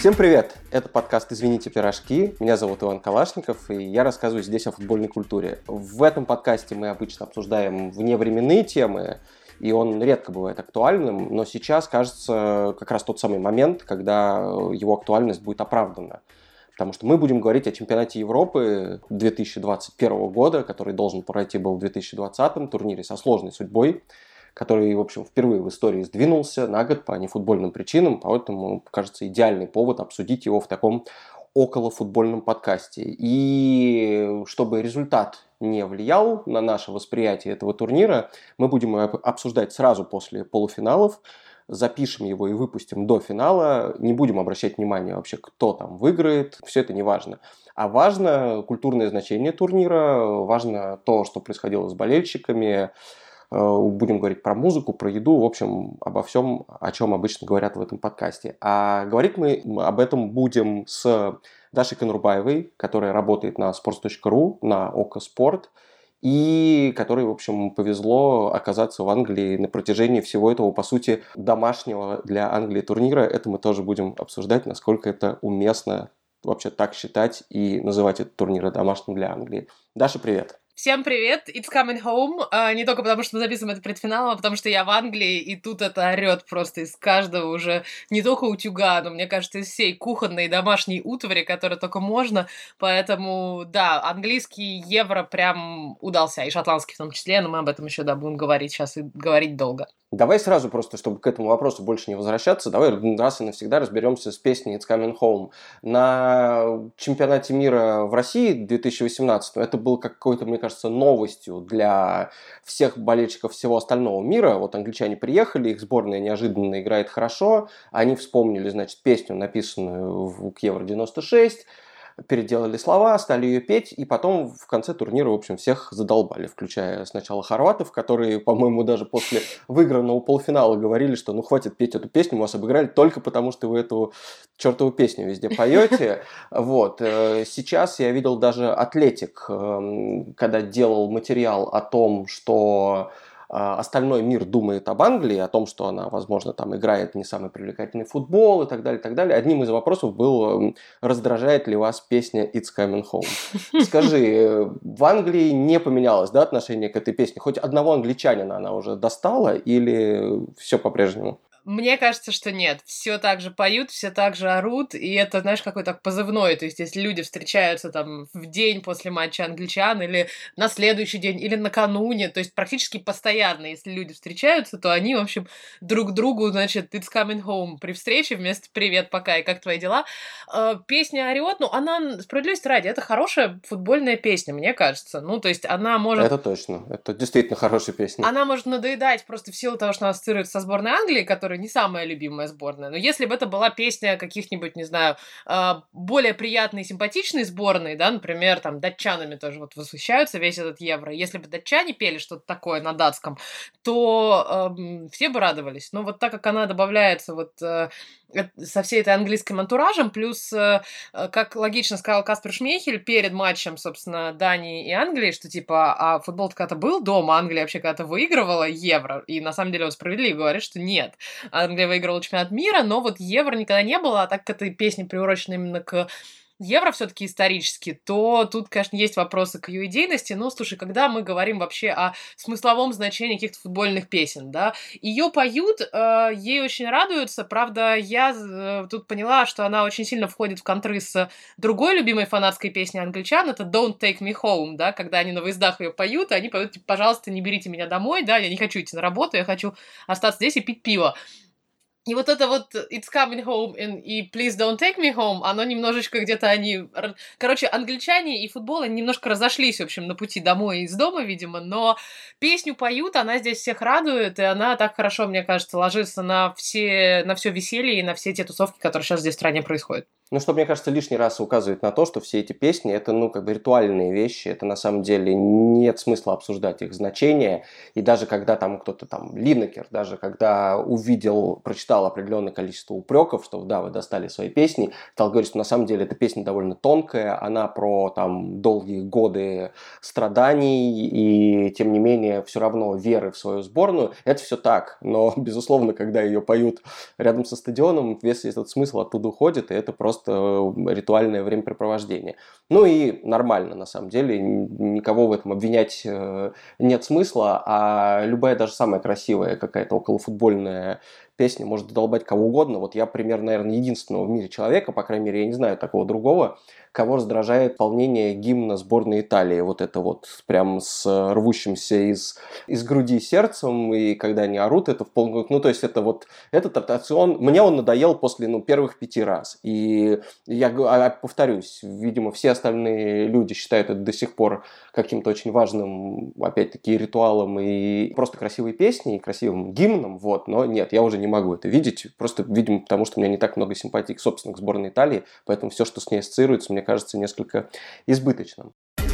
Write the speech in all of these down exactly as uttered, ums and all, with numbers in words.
Всем привет! Это подкаст «Извините, пирожки». Меня зовут Иван Калашников, и я рассказываю здесь о футбольной культуре. В этом подкасте мы обычно обсуждаем вневременные темы, и он редко бывает актуальным, но сейчас, кажется, как раз тот самый момент, когда его актуальность будет оправдана. Потому что мы будем говорить о чемпионате Европы две тысячи двадцать первого года, который должен пройти был в две тысячи двадцатом, турнире со сложной судьбой, который, в общем, впервые в истории сдвинулся на год по нефутбольным причинам, поэтому, кажется, идеальный повод обсудить его в таком околофутбольном подкасте. И чтобы результат не влиял на наше восприятие этого турнира, мы будем его обсуждать сразу после полуфиналов, запишем его и выпустим до финала, не будем обращать внимание вообще, кто там выиграет, все это не важно. А важно культурное значение турнира, важно то, что происходило с болельщиками. Будем говорить про музыку, про еду, в общем, обо всем, о чем обычно говорят в этом подкасте. А говорить мы об этом будем с Дашей Конурбаевой, которая работает на sports точка ru, на Око Спорт, и которой, в общем, повезло оказаться в Англии на протяжении всего этого, по сути, домашнего для Англии турнира. Это мы тоже будем обсуждать, насколько это уместно вообще так считать и называть этот турнир домашним для Англии. Даша, привет! Всем привет, it's coming home, а, не только потому, что мы записываем это предфиналом, а потому что я в Англии, и тут это орёт просто из каждого уже, не только утюга, но, мне кажется, из всей кухонной и домашней утвари, которая только можно, поэтому, да, английский Евро прям удался, и шотландский в том числе, но мы об этом еще, да, будем говорить сейчас и говорить долго. Давай сразу просто, чтобы к этому вопросу больше не возвращаться, давай раз и навсегда разберемся с песней It's Coming Home. На чемпионате мира в России две тысячи восемнадцатом это был какой-то, мне кажется, новостью для всех болельщиков всего остального мира. Вот англичане приехали, их сборная неожиданно играет хорошо, они вспомнили, значит, песню, написанную в к Евро девяносто шесть, переделали слова, стали ее петь, и потом в конце турнира, в общем, всех задолбали, включая сначала хорватов, которые, по-моему, даже после выигранного полуфинала говорили, что ну хватит петь эту песню, мы вас обыграли только потому, что вы эту чертову песню везде поете. Вот. Сейчас я видел даже Атлетик, когда делал материал о том, что остальной мир думает об Англии, о том, что она, возможно, там играет не самый привлекательный футбол и так далее, и так далее. Одним из вопросов был, раздражает ли вас песня It's Coming Home. Скажи, в Англии не поменялось, да, отношение к этой песне? Хоть одного англичанина она уже достала или все по-прежнему? Мне кажется, что нет. Все так же поют, все так же орут, и это, знаешь, какой-то позывной. То есть, если люди встречаются там в день после матча англичан, или на следующий день, или накануне, то есть практически постоянно, если люди встречаются, то они, в общем, друг другу, значит, it's coming home при встрече вместо «привет, пока, и как твои дела?». Песня орёт, ну, она, справедливости ради, это хорошая футбольная песня, мне кажется. Ну, то есть, она может... Это точно, это действительно хорошая песня. Она может надоедать просто в силу того, что она ассоциируется со сборной Англии, которая не самая любимая сборная. Но если бы это была песня каких-нибудь, не знаю, более приятной и симпатичной сборной, да, например, там, датчанами тоже вот восхищаются весь этот Евро. Если бы датчане пели что-то такое на датском, то э, все бы радовались. Но вот так как она добавляется вот э, со всей этой английским антуражем, плюс, э, как логично сказал Каспер Шмейхель перед матчем, собственно, Дании и Англии, что типа, а футбол когда-то был дома, Англия вообще когда-то выигрывала Евро, и на самом деле он справедливо говорит, что нет. Англия выиграла чемпионат мира, но вот Евро никогда не было, а так как эта песня приурочена именно к Евро все-таки исторически, то тут, конечно, есть вопросы к ее идейности. Но, слушай, когда мы говорим вообще о смысловом значении каких-то футбольных песен, да, ее поют, э, ей очень радуются. Правда, я э, тут поняла, что она очень сильно входит в контры с другой любимой фанатской песней англичан, это Don't Take Me Home, да, когда они на выездах ее поют, они поют, типа, пожалуйста, не берите меня домой, да, я не хочу идти на работу, я хочу остаться здесь и пить пиво. И вот это вот It's Coming Home and, и Please Don't Take Me Home, оно немножечко где-то они... Короче, англичане и футбол, они немножко разошлись, в общем, на пути домой из дома, видимо, но песню поют, она здесь всех радует, и она так хорошо, мне кажется, ложится на все, на все веселье и на все те тусовки, которые сейчас здесь в стране происходят. Ну, что, мне кажется, лишний раз указывает на то, что все эти песни – это, ну, как бы ритуальные вещи, это на самом деле нет смысла обсуждать их значение, и даже когда там кто-то там, Линнекер, даже когда увидел, прочитал определенное количество упреков, что да, вы достали свои песни, стал говорить, что на самом деле эта песня довольно тонкая, она про там долгие годы страданий, и тем не менее все равно веры в свою сборную, это все так, но, безусловно, когда ее поют рядом со стадионом, весь этот смысл оттуда уходит, и это просто ритуальное времяпрепровождение. Ну и нормально, на самом деле, никого в этом обвинять нет смысла, а любая, даже самая красивая какая-то околофутбольная песня может задолбать кого угодно. Вот я примерно, наверное, единственного в мире человека, по крайней мере, я не знаю такого другого, кого раздражает исполнение гимна сборной Италии. Вот это вот прям с рвущимся из, из груди сердцем, и когда они орут, это в полную... Ну, то есть это вот этот аттракцион... Мне он надоел после, ну, первых пяти раз. И я повторюсь, видимо, все остальные люди считают это до сих пор каким-то очень важным, опять-таки, ритуалом и просто красивой песней, красивым гимном, вот. Но нет, я уже не могу это видеть, просто, видимо, потому что у меня не так много симпатий к собственно к сборной Италии, поэтому все, что с ней ассоциируется, мне кажется несколько избыточным.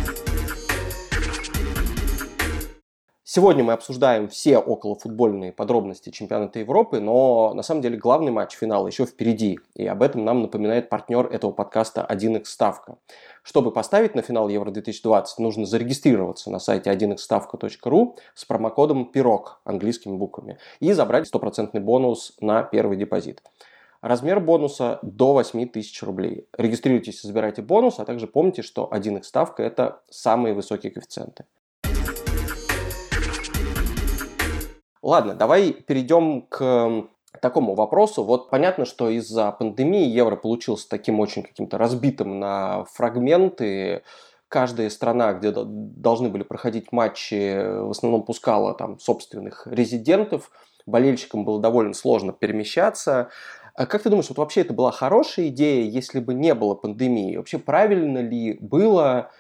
Сегодня мы обсуждаем все околофутбольные подробности чемпионата Европы, но на самом деле главный матч финала еще впереди, и об этом нам напоминает партнер этого подкаста один икс ставка. Чтобы поставить на финал Евро две тысячи двадцать, нужно зарегистрироваться на сайте один икс ставка точка ру с промокодом пирог английскими буквами и забрать стопроцентный бонус на первый депозит. Размер бонуса до восемь тысяч рублей. Регистрируйтесь и забирайте бонус, а также помните, что один икс ставка – это самые высокие коэффициенты. Ладно, давай перейдем к такому вопросу. Вот понятно, что из-за пандемии Евро получился таким очень каким-то разбитым на фрагменты. Каждая страна, где должны были проходить матчи, в основном пускала там собственных резидентов. Болельщикам было довольно сложно перемещаться. Как ты думаешь, вот вообще это была хорошая идея, если бы не было пандемии? Вообще правильно ли было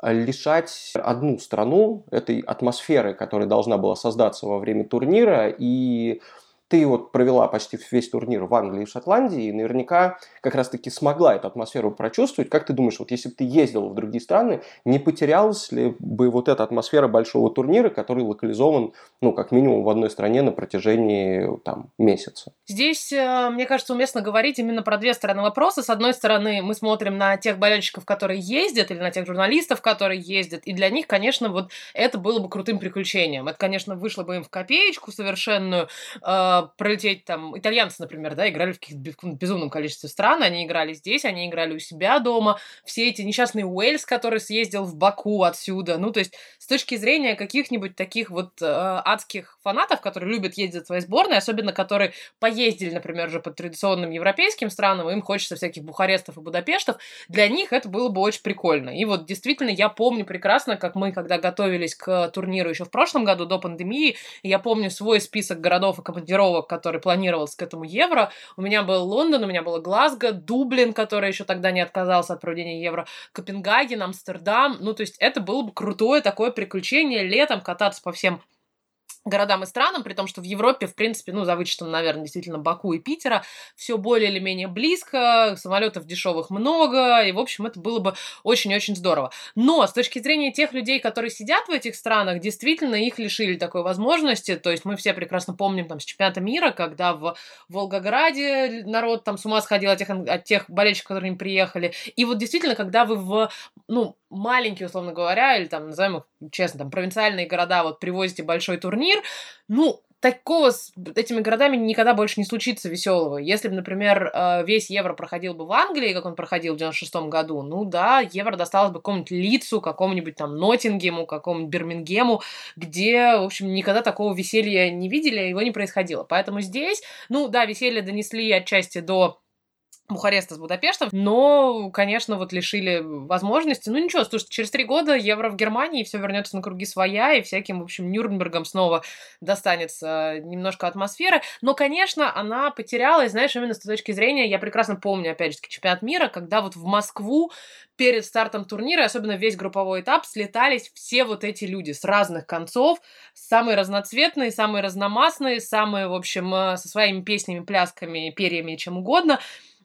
лишать одну страну этой атмосферы, которая должна была создаться во время турнира, и ты вот провела почти весь турнир в Англии и в Шотландии, и наверняка как раз-таки смогла эту атмосферу прочувствовать. Как ты думаешь, вот если бы ты ездила в другие страны, не потерялась ли бы вот эта атмосфера большого турнира, который локализован, ну, как минимум в одной стране на протяжении, там, месяца? Здесь, мне кажется, уместно говорить именно про две стороны вопроса. С одной стороны, мы смотрим на тех болельщиков, которые ездят, или на тех журналистов, которые ездят, и для них, конечно, вот это было бы крутым приключением. Это, конечно, вышло бы им в копеечку совершенную, пролететь там, итальянцы, например, да, играли в каких-то безумном количестве стран, они играли здесь, они играли у себя дома, все эти несчастные Уэльс, который съездил в Баку отсюда, ну, то есть с точки зрения каких-нибудь таких вот э, адских фанатов, которые любят ездить за своей сборной, особенно которые поездили, например, уже по традиционным европейским странам, им хочется всяких Бухарестов и Будапештов, для них это было бы очень прикольно. И вот действительно я помню прекрасно, как мы, когда готовились к турниру еще в прошлом году, до пандемии, я помню свой список городов и командировок, который планировался к этому Евро. У меня был Лондон, у меня было Глазго, Дублин, который еще тогда не отказался от проведения Евро, Копенгаген, Амстердам. Ну, то есть это было бы крутое такое приключение летом кататься по всем городам и странам, при том, что в Европе, в принципе, ну, за вычетом, наверное, действительно Баку и Питера, все более или менее близко, самолетов дешевых много, и, в общем, это было бы очень-очень здорово. Но с точки зрения тех людей, которые сидят в этих странах, действительно их лишили такой возможности, то есть мы все прекрасно помним там с чемпионата мира, когда в Волгограде народ там с ума сходил от тех, от тех болельщиков, которые не приехали, и вот действительно, когда вы в, ну, маленькие, условно говоря, или там, назовем их честно, там, провинциальные города, вот, привозите большой турнир, ну, такого с этими городами никогда больше не случится веселого. Если бы, например, весь Евро проходил бы в Англии, как он проходил в девяносто шестом году, ну да, Евро досталось бы какому-нибудь Лидсу, какому-нибудь там Ноттингему, какому-нибудь Бирмингему, где, в общем, никогда такого веселья не видели, его не происходило. Поэтому здесь, ну да, веселье донесли отчасти до Бухареста с Будапештом, но, конечно, вот лишили возможности. Ну ничего, слушайте, через три года Евро в Германии, все вернется на круги своя, и всяким, в общем, Нюрнбергам снова достанется немножко атмосферы. Но, конечно, она потерялась, знаешь, именно с той точки зрения, я прекрасно помню, опять же, чемпионат мира, когда вот в Москву перед стартом турнира, особенно весь групповой этап, слетались все вот эти люди с разных концов, самые разноцветные, самые разномастные, самые, в общем, со своими песнями, плясками, перьями, чем угодно.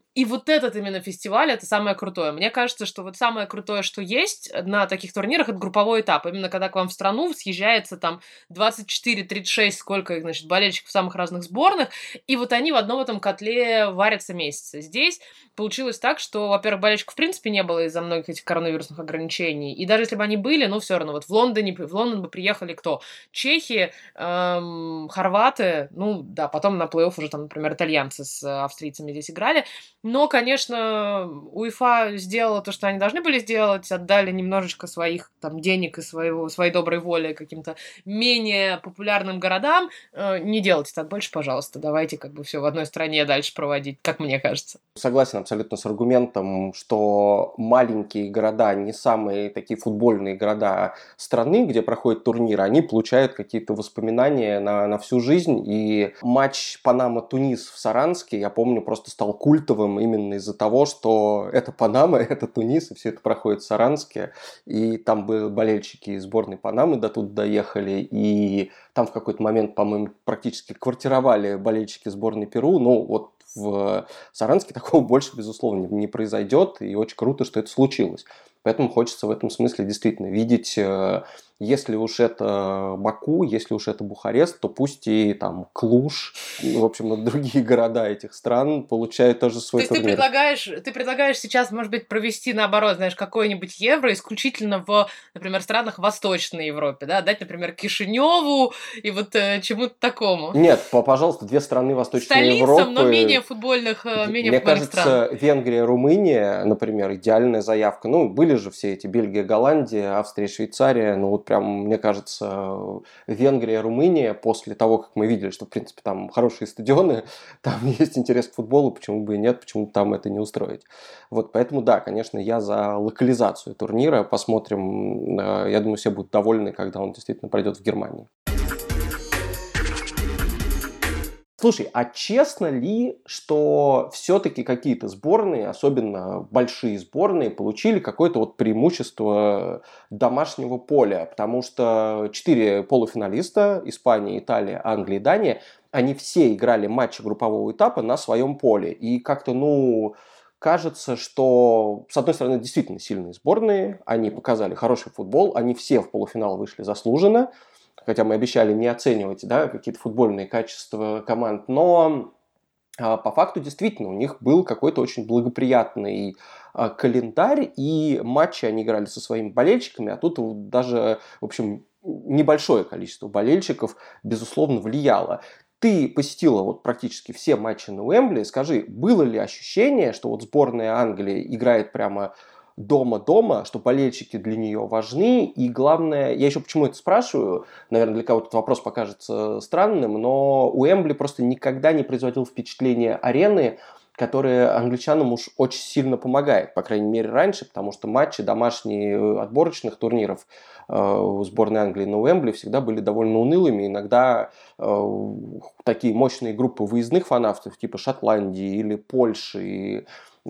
И вот этот именно фестиваль, это самое крутое. Мне кажется, что вот самое крутое, что есть на таких турнирах, это групповой этап. Именно когда к вам в страну съезжается там двадцать четыре тридцать шесть, сколько их, значит, болельщиков самых разных сборных, и вот они в одном этом котле варятся месяцы. Здесь получилось так, что, во-первых, болельщиков в принципе не было из-за многих этих коронавирусных ограничений. И даже если бы они были, ну все равно, вот в Лондоне, в Лондон бы приехали кто? Чехи, эм, хорваты, ну да, потом на плей-офф уже там, например, итальянцы с австрийцами здесь играли. Но, конечно, УЕФА сделала то, что они должны были сделать, отдали немножечко своих там денег и своего, своей доброй воли каким-то менее популярным городам. Э, не делайте так больше, пожалуйста. Давайте как бы все в одной стране дальше проводить, как мне кажется. Согласен абсолютно с аргументом, что маленькие города, не самые такие футбольные города страны, где проходят турниры, они получают какие-то воспоминания на, на всю жизнь. И матч Панама-Тунис в Саранске, я помню, просто стал культовым именно из-за того, что это Панама, это Тунис, и все это проходит в Саранске. И там были болельщики из сборной Панамы до тут доехали, и там в какой-то момент, по-моему, практически квартировали болельщики сборной Перу. Ну, вот в Саранске такого больше, безусловно, не произойдет, и очень круто, что это случилось. Поэтому хочется в этом смысле действительно видеть, если уж это Баку, если уж это Бухарест, то пусть и там Клуж, в общем, другие города этих стран получают тоже свой турнир. То есть ты предлагаешь, ты предлагаешь сейчас, может быть, провести наоборот, знаешь, какой-нибудь Евро исключительно в, например, странах Восточной Европе, да, дать, например, Кишиневу и вот э, чему-то такому. Нет, пожалуйста, две страны Восточной Столицам, Европы. но менее футбольных, менее Мне футбольных кажется, стран. Венгрия, Румыния, например, идеальная заявка. Ну, были же все эти Бельгия, Голландия, Австрия, Швейцария. Ну, вот прям, мне кажется, Венгрия, Румыния, после того, как мы видели, что, в принципе, там хорошие стадионы, там есть интерес к футболу, почему бы и нет, почему там это не устроить. Вот, поэтому, да, конечно, я за локализацию турнира. Посмотрим, я думаю, все будут довольны, когда он действительно пройдет в Германии. Слушай, а честно ли, что все-таки какие-то сборные, особенно большие сборные, получили какое-то вот преимущество домашнего поля? Потому что четыре полуфиналиста, Испания, Италия, Англия и Дания, они все играли матчи группового этапа на своем поле. И как-то, ну, кажется, что, с одной стороны, действительно сильные сборные, они показали хороший футбол, они все в полуфинал вышли заслуженно. Хотя мы обещали не оценивать, да, какие-то футбольные качества команд, но а, по факту действительно у них был какой-то очень благоприятный а, календарь, и матчи они играли со своими болельщиками, а тут даже, в общем, небольшое количество болельщиков, безусловно, влияло. Ты посетила вот практически все матчи на Уэмбли. Скажи, было ли ощущение, что вот сборная Англии играет прямо дома-дома, что болельщики для нее важны, и главное, я еще почему это спрашиваю, наверное, для кого-то этот вопрос покажется странным, но Уэмбли просто никогда не производил впечатление арены, которая англичанам уж очень сильно помогает, по крайней мере раньше, потому что матчи домашние отборочных турниров э, сборной Англии на Уэмбли всегда были довольно унылыми, иногда э, такие мощные группы выездных фанатов, типа Шотландии или Польши, и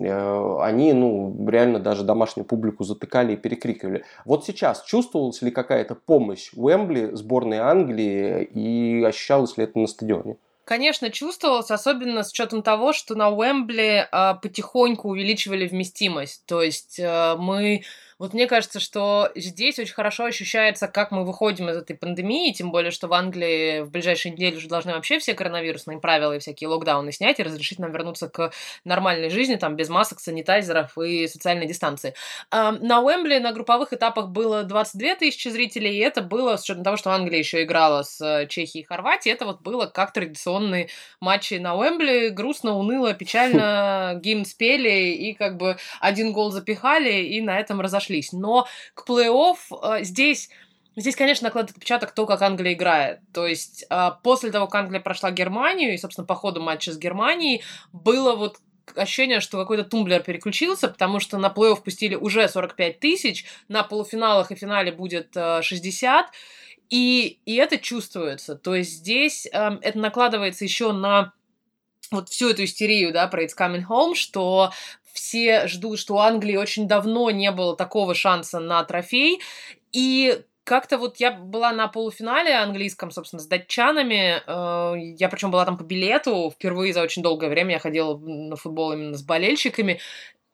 они, ну, реально даже домашнюю публику затыкали и перекрикивали. Вот сейчас чувствовалась ли какая-то помощь Уэмбли, сборной Англии, и ощущалось ли это на стадионе? Конечно, чувствовалось, особенно с учетом того, что на Уэмбли э, потихоньку увеличивали вместимость. То есть э, мы... Вот мне кажется, что здесь очень хорошо ощущается, как мы выходим из этой пандемии, тем более, что в Англии в ближайшие недели уже должны вообще все коронавирусные правила и всякие локдауны снять и разрешить нам вернуться к нормальной жизни, там, без масок, санитайзеров и социальной дистанции. На Уэмбли на групповых этапах было двадцать две тысячи зрителей, и это было, с учетом того, что Англия еще играла с Чехией и Хорватией, это вот было как традиционные матчи на Уэмбли, грустно, уныло, печально, гимн спели и как бы один гол запихали, и на этом разошлись. Но к плей-офф э, здесь, здесь, конечно, накладывает отпечаток то, как Англия играет. То есть э, после того, как Англия прошла Германию, и, собственно, по ходу матча с Германией, было вот ощущение, что какой-то тумблер переключился, потому что на плей-офф пустили уже сорок пять тысяч, на полуфиналах и финале будет э, шестьдесят, и, и это чувствуется. То есть здесь э, это накладывается еще на вот всю эту истерию, да, про It's Coming Home, что все ждут, что у Англии очень давно не было такого шанса на трофей, и как-то вот я была на полуфинале английском, собственно, с датчанами. Я причем была там по билету. Впервые за очень долгое время я ходила на футбол именно с болельщиками. И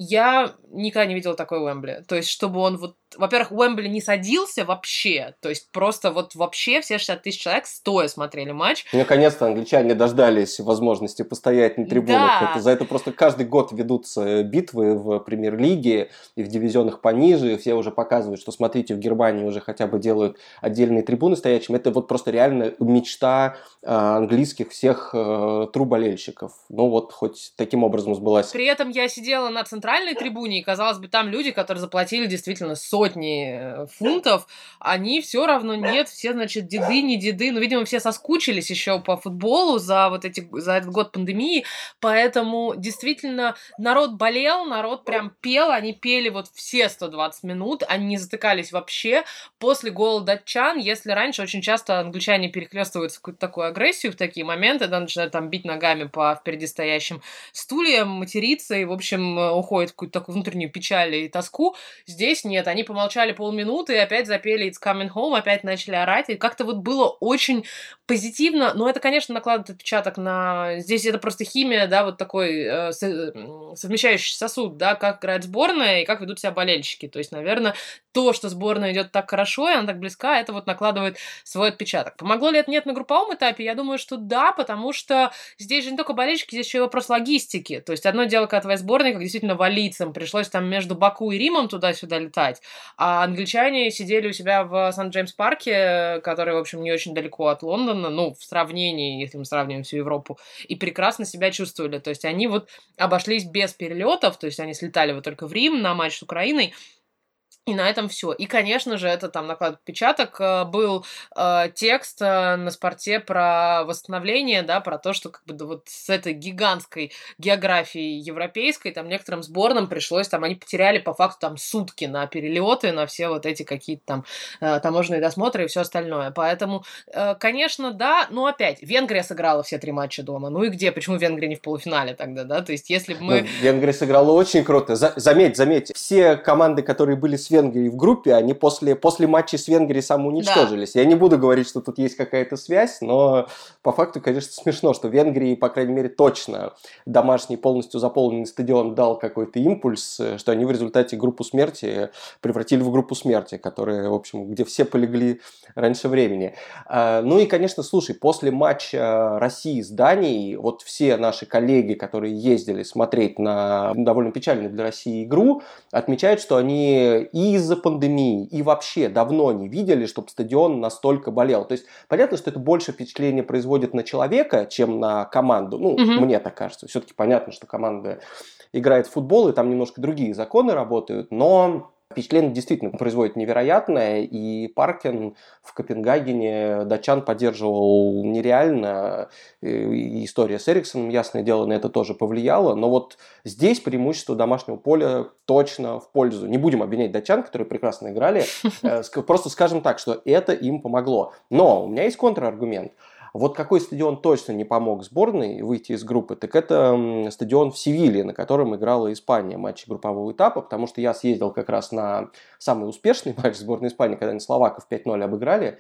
я никогда не видела такой Уэмбли. То есть, чтобы он вот... Во-первых, Уэмбли не садился вообще. То есть, просто вот вообще все шестьдесят тысяч человек стоя смотрели матч. Наконец-то англичане дождались возможности постоять на трибунах. Да. Это, за это просто каждый год ведутся битвы в премьер-лиге и в дивизионах пониже. Все уже показывают, что, смотрите, в Германии уже хотя бы делают отдельные трибуны стоячим. Это вот просто реально мечта английских всех тру-болельщиков. Ну вот, хоть таким образом сбылась. При этом я сидела на центральной трибуне, и, казалось бы, там люди, которые заплатили действительно сотни фунтов, они все равно нет, все, значит, деды, не деды, ну, видимо, все соскучились еще по футболу за вот эти, за этот год пандемии, поэтому действительно народ болел, народ прям пел, они пели вот все сто двадцать минут, они не затыкались вообще. После гола датчан, если раньше очень часто англичане перехлестываются в какую-то такую агрессию в такие моменты, да, начинают там бить ногами по впереди стоящим стульям, материться и, в общем, уходит в какую-то такую внутреннюю печаль и тоску. Здесь нет, они помолчали полминуты и опять запели It's Coming Home, опять начали орать, и как-то вот было очень позитивно, но это, конечно, накладывает отпечаток на... Здесь это просто химия, да, вот такой э, совмещающий сосуд, да, как играет сборная и как ведут себя болельщики. То есть, наверное, то, что сборная идет так хорошо, и она так близка, это вот накладывает свой отпечаток. Помогло ли это нет на групповом этапе? Я думаю, что да, потому что здесь же не только болельщики, здесь еще и вопрос логистики. То есть одно дело, когда твоя сборная, как действительно валийцам, пришлось там между Баку и Римом туда-сюда летать, а англичане сидели у себя в Сан-Джеймс-парке, который, в общем, не очень далеко от Лондона, ну, в сравнении, если мы сравниваем всю Европу, и прекрасно себя чувствовали. То есть они вот обошлись без перелетов, то есть они слетали вот только в Рим на матч с Украиной, и на этом все. И, конечно же, это там накладывает отпечаток. Был э, текст э, на «Спорте» про восстановление, да, про то, что как бы да, вот с этой гигантской географией европейской там некоторым сборным пришлось, там они потеряли по факту там сутки на перелеты, на все вот эти какие-то там э, таможенные досмотры и все остальное. Поэтому, э, конечно, да, но опять, Венгрия сыграла все три матча дома. Ну и где? Почему Венгрия не в полуфинале тогда, да? То есть если бы мы... Ну, Венгрия сыграла очень круто. За- заметь, заметь, все команды, которые были с Венгрией в группе, они после, после матча с Венгрией самоуничтожились. Да. Я не буду говорить, что тут есть какая-то связь, но по факту, конечно, смешно, что Венгрии, по крайней мере, точно домашний полностью заполненный стадион дал какой-то импульс, что они в результате группу смерти превратили в группу смерти, которая, в общем, где все полегли раньше времени. Ну и, конечно, слушай, после матча России с Данией, вот все наши коллеги, которые ездили смотреть на довольно печальную для России игру, отмечают, что они и из-за пандемии, и вообще давно не видели, чтобы стадион настолько болел. То есть понятно, что это больше впечатление производит на человека, чем на команду. Ну, mm-hmm. мне так кажется. Все-таки понятно, что команда играет в футбол, и там немножко другие законы работают, но впечатление действительно производит невероятное, и Паркин в Копенгагене датчан поддерживал нереально. И история с Эриксоном, ясное дело, на это тоже повлияла, но вот здесь преимущество домашнего поля точно в пользу. Не будем обвинять датчан, которые прекрасно играли, просто скажем так, что это им помогло. Но у меня есть контраргумент. Вот какой стадион точно не помог сборной выйти из группы, так это стадион в Севилье, на котором играла Испания матчи группового этапа, потому что я съездил как раз на самый успешный матч сборной Испании, когда они словаков пять ноль обыграли,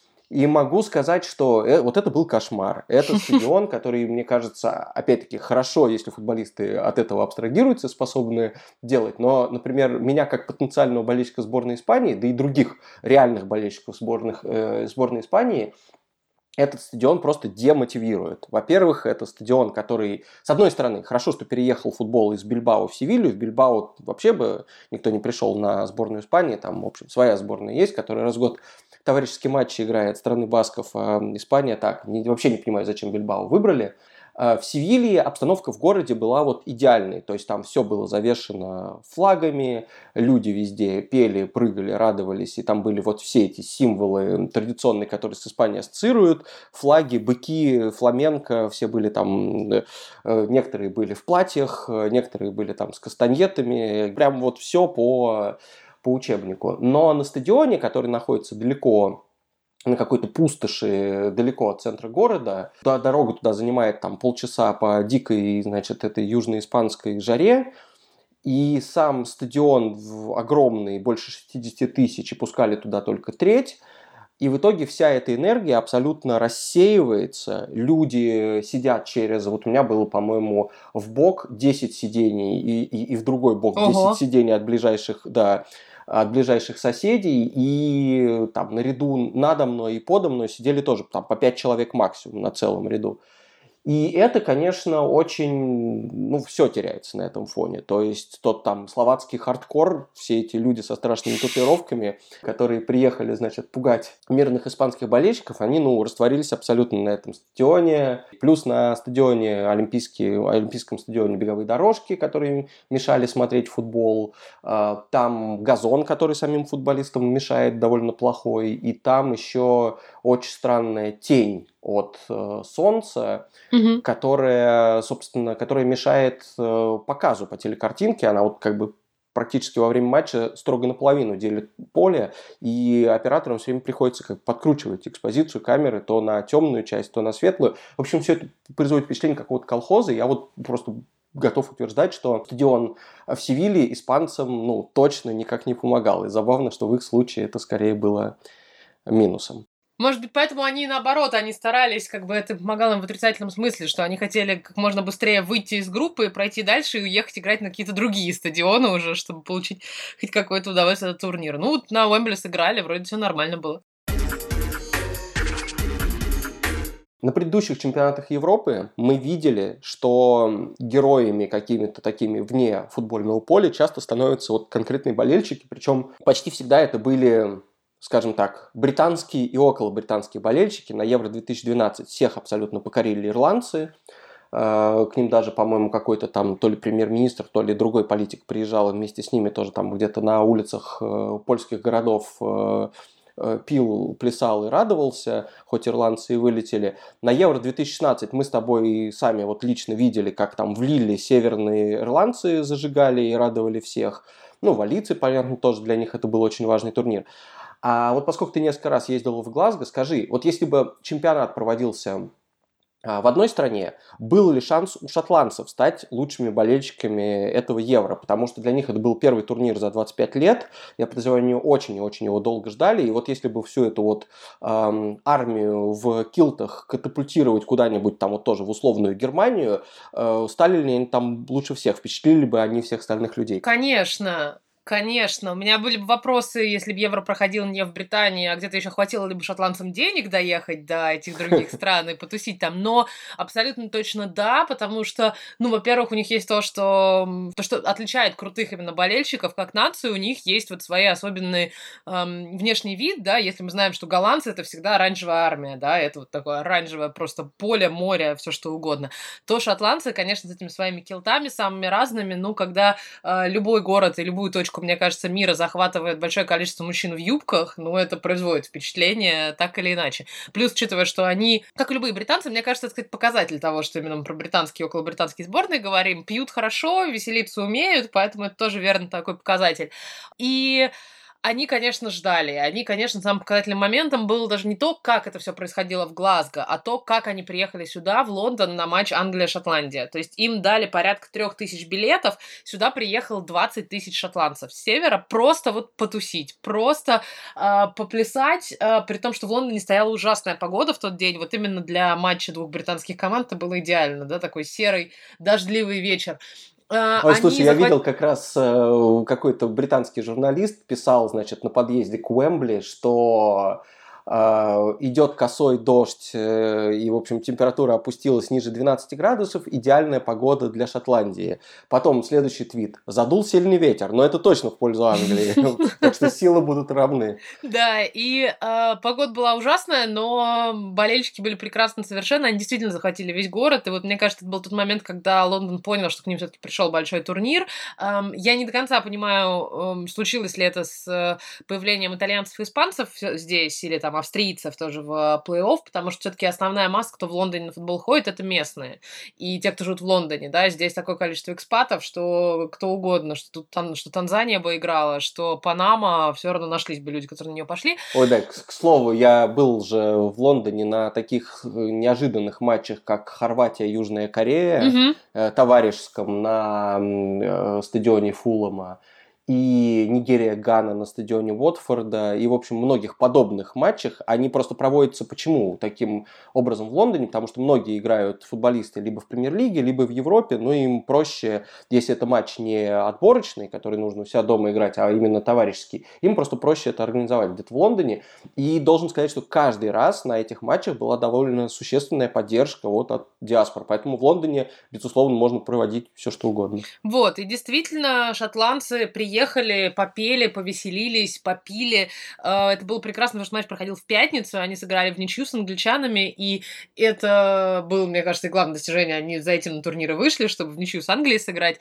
и могу сказать, что вот это был кошмар. Это стадион, который, мне кажется, опять-таки, хорошо, если футболисты от этого абстрагируются, способны делать. Но, например, меня как потенциального болельщика сборной Испании, да и других реальных болельщиков сборных, э, сборной Испании, этот стадион просто демотивирует. Во-первых, это стадион, который, с одной стороны, хорошо, что переехал футбол из Бильбао в Севилью. В Бильбао вообще бы никто не пришел на сборную Испании. Там, в общем, своя сборная есть, которая раз в год товарищеские матчи играет страны басков. А Испания так, не, вообще не понимаю, зачем Бильбао выбрали. В Севилье обстановка в городе была вот идеальной, то есть там все было завешено флагами, люди везде пели, прыгали, радовались, и там были вот все эти символы традиционные, которые с Испанией ассоциируют, флаги, быки, фламенко, все были там, некоторые были в платьях, некоторые были там с кастаньетами, прям вот все по, по учебнику. Но на стадионе, который находится далеко на какой-то пустоши далеко от центра города. Дорога туда занимает там полчаса по дикой, значит, этой южноиспанской жаре. и сам стадион огромный, больше шестьдесят тысяч, и пускали туда только треть. И в итоге вся эта энергия абсолютно рассеивается. Люди сидят через... Вот у меня было, по-моему, в бок десять сидений, и, и, и в другой бок десять Ого. сидений от ближайших, да, от ближайших соседей. И там наряду надо мной и подо мной сидели тоже там, по пять человек максимум на целом ряду. И это, конечно, очень, ну, все теряется на этом фоне. То есть тот там словацкий хардкор, все эти люди со страшными татуировками, которые приехали, значит, пугать мирных испанских болельщиков, они, ну, растворились абсолютно на этом стадионе. Плюс на стадионе, олимпийские, олимпийском стадионе беговые дорожки, которые мешали смотреть футбол. Там газон, который самим футболистам мешает, довольно плохой. И там еще очень странная тень от э, солнца, Мгм. которая, собственно, которая мешает э, показу по телекартинке. Она вот как бы практически во время матча строго наполовину делит поле, и операторам все время приходится как подкручивать экспозицию камеры то на темную часть, то на светлую. В общем, все это производит впечатление какого-то колхоза. Я вот просто готов утверждать, что стадион в Севилье испанцам, ну, точно никак не помогал. И забавно, что в их случае это скорее было минусом. Может быть, поэтому они, наоборот, они старались, как бы это помогало им в отрицательном смысле, что они хотели как можно быстрее выйти из группы, пройти дальше и уехать играть на какие-то другие стадионы уже, чтобы получить хоть какое-то удовольствие от турнира. Ну, вот на Уэмбли сыграли, вроде все нормально было. На предыдущих чемпионатах Европы мы видели, что героями какими-то такими вне футбольного поля часто становятся вот конкретные болельщики, причем почти всегда это были, скажем так, британские и околобританские болельщики. На Евро две тысячи двенадцать всех абсолютно покорили ирландцы. К ним даже, по-моему, какой-то там то ли премьер-министр, то ли другой политик приезжал вместе с ними тоже там где-то на улицах польских городов пил, плясал и радовался, хоть ирландцы и вылетели. На Евро две тысячи шестнадцать мы с тобой сами вот лично видели, как там в Лилле северные ирландцы зажигали и радовали всех. Ну, валлийцы, понятно, тоже для них это был очень важный турнир. А вот поскольку ты несколько раз ездил в Глазго, скажи, вот если бы чемпионат проводился в одной стране, был ли шанс у шотландцев стать лучшими болельщиками этого Евро? Потому что для них это был первый турнир за двадцать пять лет. Я подозреваю, они очень и очень его долго ждали. И вот если бы всю эту вот эм, армию в килтах катапультировать куда-нибудь там вот тоже в условную Германию, э, стали ли они там лучше всех? Впечатлили бы они всех остальных людей? Конечно. Конечно, у меня были бы вопросы, если бы Евро проходил не в Британии, а где-то еще хватило ли бы шотландцам денег доехать до этих других стран и потусить там, но абсолютно точно да, потому что, ну, во-первых, у них есть то, что, то, что отличает крутых именно болельщиков как нацию, у них есть вот свои особенные эм, внешний вид, да, если мы знаем, что голландцы это всегда оранжевая армия, да, это вот такое оранжевое просто поле, море, все что угодно, то шотландцы, конечно, с этими своими килтами самыми разными, ну, когда э, любой город и любую точку, мне кажется, мира захватывает большое количество мужчин в юбках, ну, это производит впечатление так или иначе. Плюс, учитывая, что они, как и любые британцы, мне кажется, это, кстати, показатель того, что именно мы про британские и околобританские сборные говорим, пьют хорошо, веселиться умеют, поэтому это тоже верно такой показатель. И они, конечно, ждали. Они, конечно, самым показательным моментом было даже не то, как это все происходило в Глазго, а то, как они приехали сюда, в Лондон, на матч Англия-Шотландия. То есть им дали порядка трех тысяч билетов, сюда приехало двадцать тысяч шотландцев с севера просто вот потусить, просто э, поплясать, э, при том, что в Лондоне стояла ужасная погода в тот день. Вот именно для матча двух британских команд это было идеально, да, такой серый, дождливый вечер. Ой, они слушай, захват... я видел как раз э, какой-то британский журналист писал, значит, на подъезде к Уэмбли, что э, идет косой дождь, э, и, в общем, температура опустилась ниже двенадцати градусов, идеальная погода для Шотландии. Потом следующий твит. Задул сильный ветер, но это точно в пользу Англии, так что силы будут равны. Да, и погода была ужасная, но болельщики были прекрасны совершенно, они действительно захватили весь город, и вот мне кажется, это был тот момент, когда Лондон понял, что к ним все-таки пришел большой турнир. Я не до конца понимаю, случилось ли это с появлением итальянцев и испанцев здесь, или там там австрийцев тоже в плей-офф, потому что все-таки основная масса, кто в Лондоне на футбол ходит, это местные. И те, кто живут в Лондоне, да, здесь такое количество экспатов, что кто угодно, что тут что Танзания бы играла, что Панама, все равно нашлись бы люди, которые на нее пошли. Ой, да, к, к слову, я был же в Лондоне на таких неожиданных матчах, как Хорватия, Южная Корея, Угу. э, товарищеском на э, стадионе Фулхэма, и Нигерия-Гана на стадионе Уотфорда, и, в общем, многих подобных матчах. Они просто проводятся почему таким образом в Лондоне? Потому что многие играют футболисты либо в премьер-лиге, либо в Европе, но им проще, если это матч не отборочный, который нужно у себя дома играть, а именно товарищеский, им просто проще это организовать где-то в Лондоне. И должен сказать, что каждый раз на этих матчах была довольно существенная поддержка вот от диаспор. Поэтому в Лондоне, безусловно, можно проводить все, что угодно. Вот, и действительно, шотландцы приехали Ехали, попели, повеселились, попили. Это было прекрасно, потому что матч проходил в пятницу, они сыграли в ничью с англичанами, и это было, мне кажется, главное достижение. Они за этим на турниры вышли, чтобы в ничью с Англией сыграть.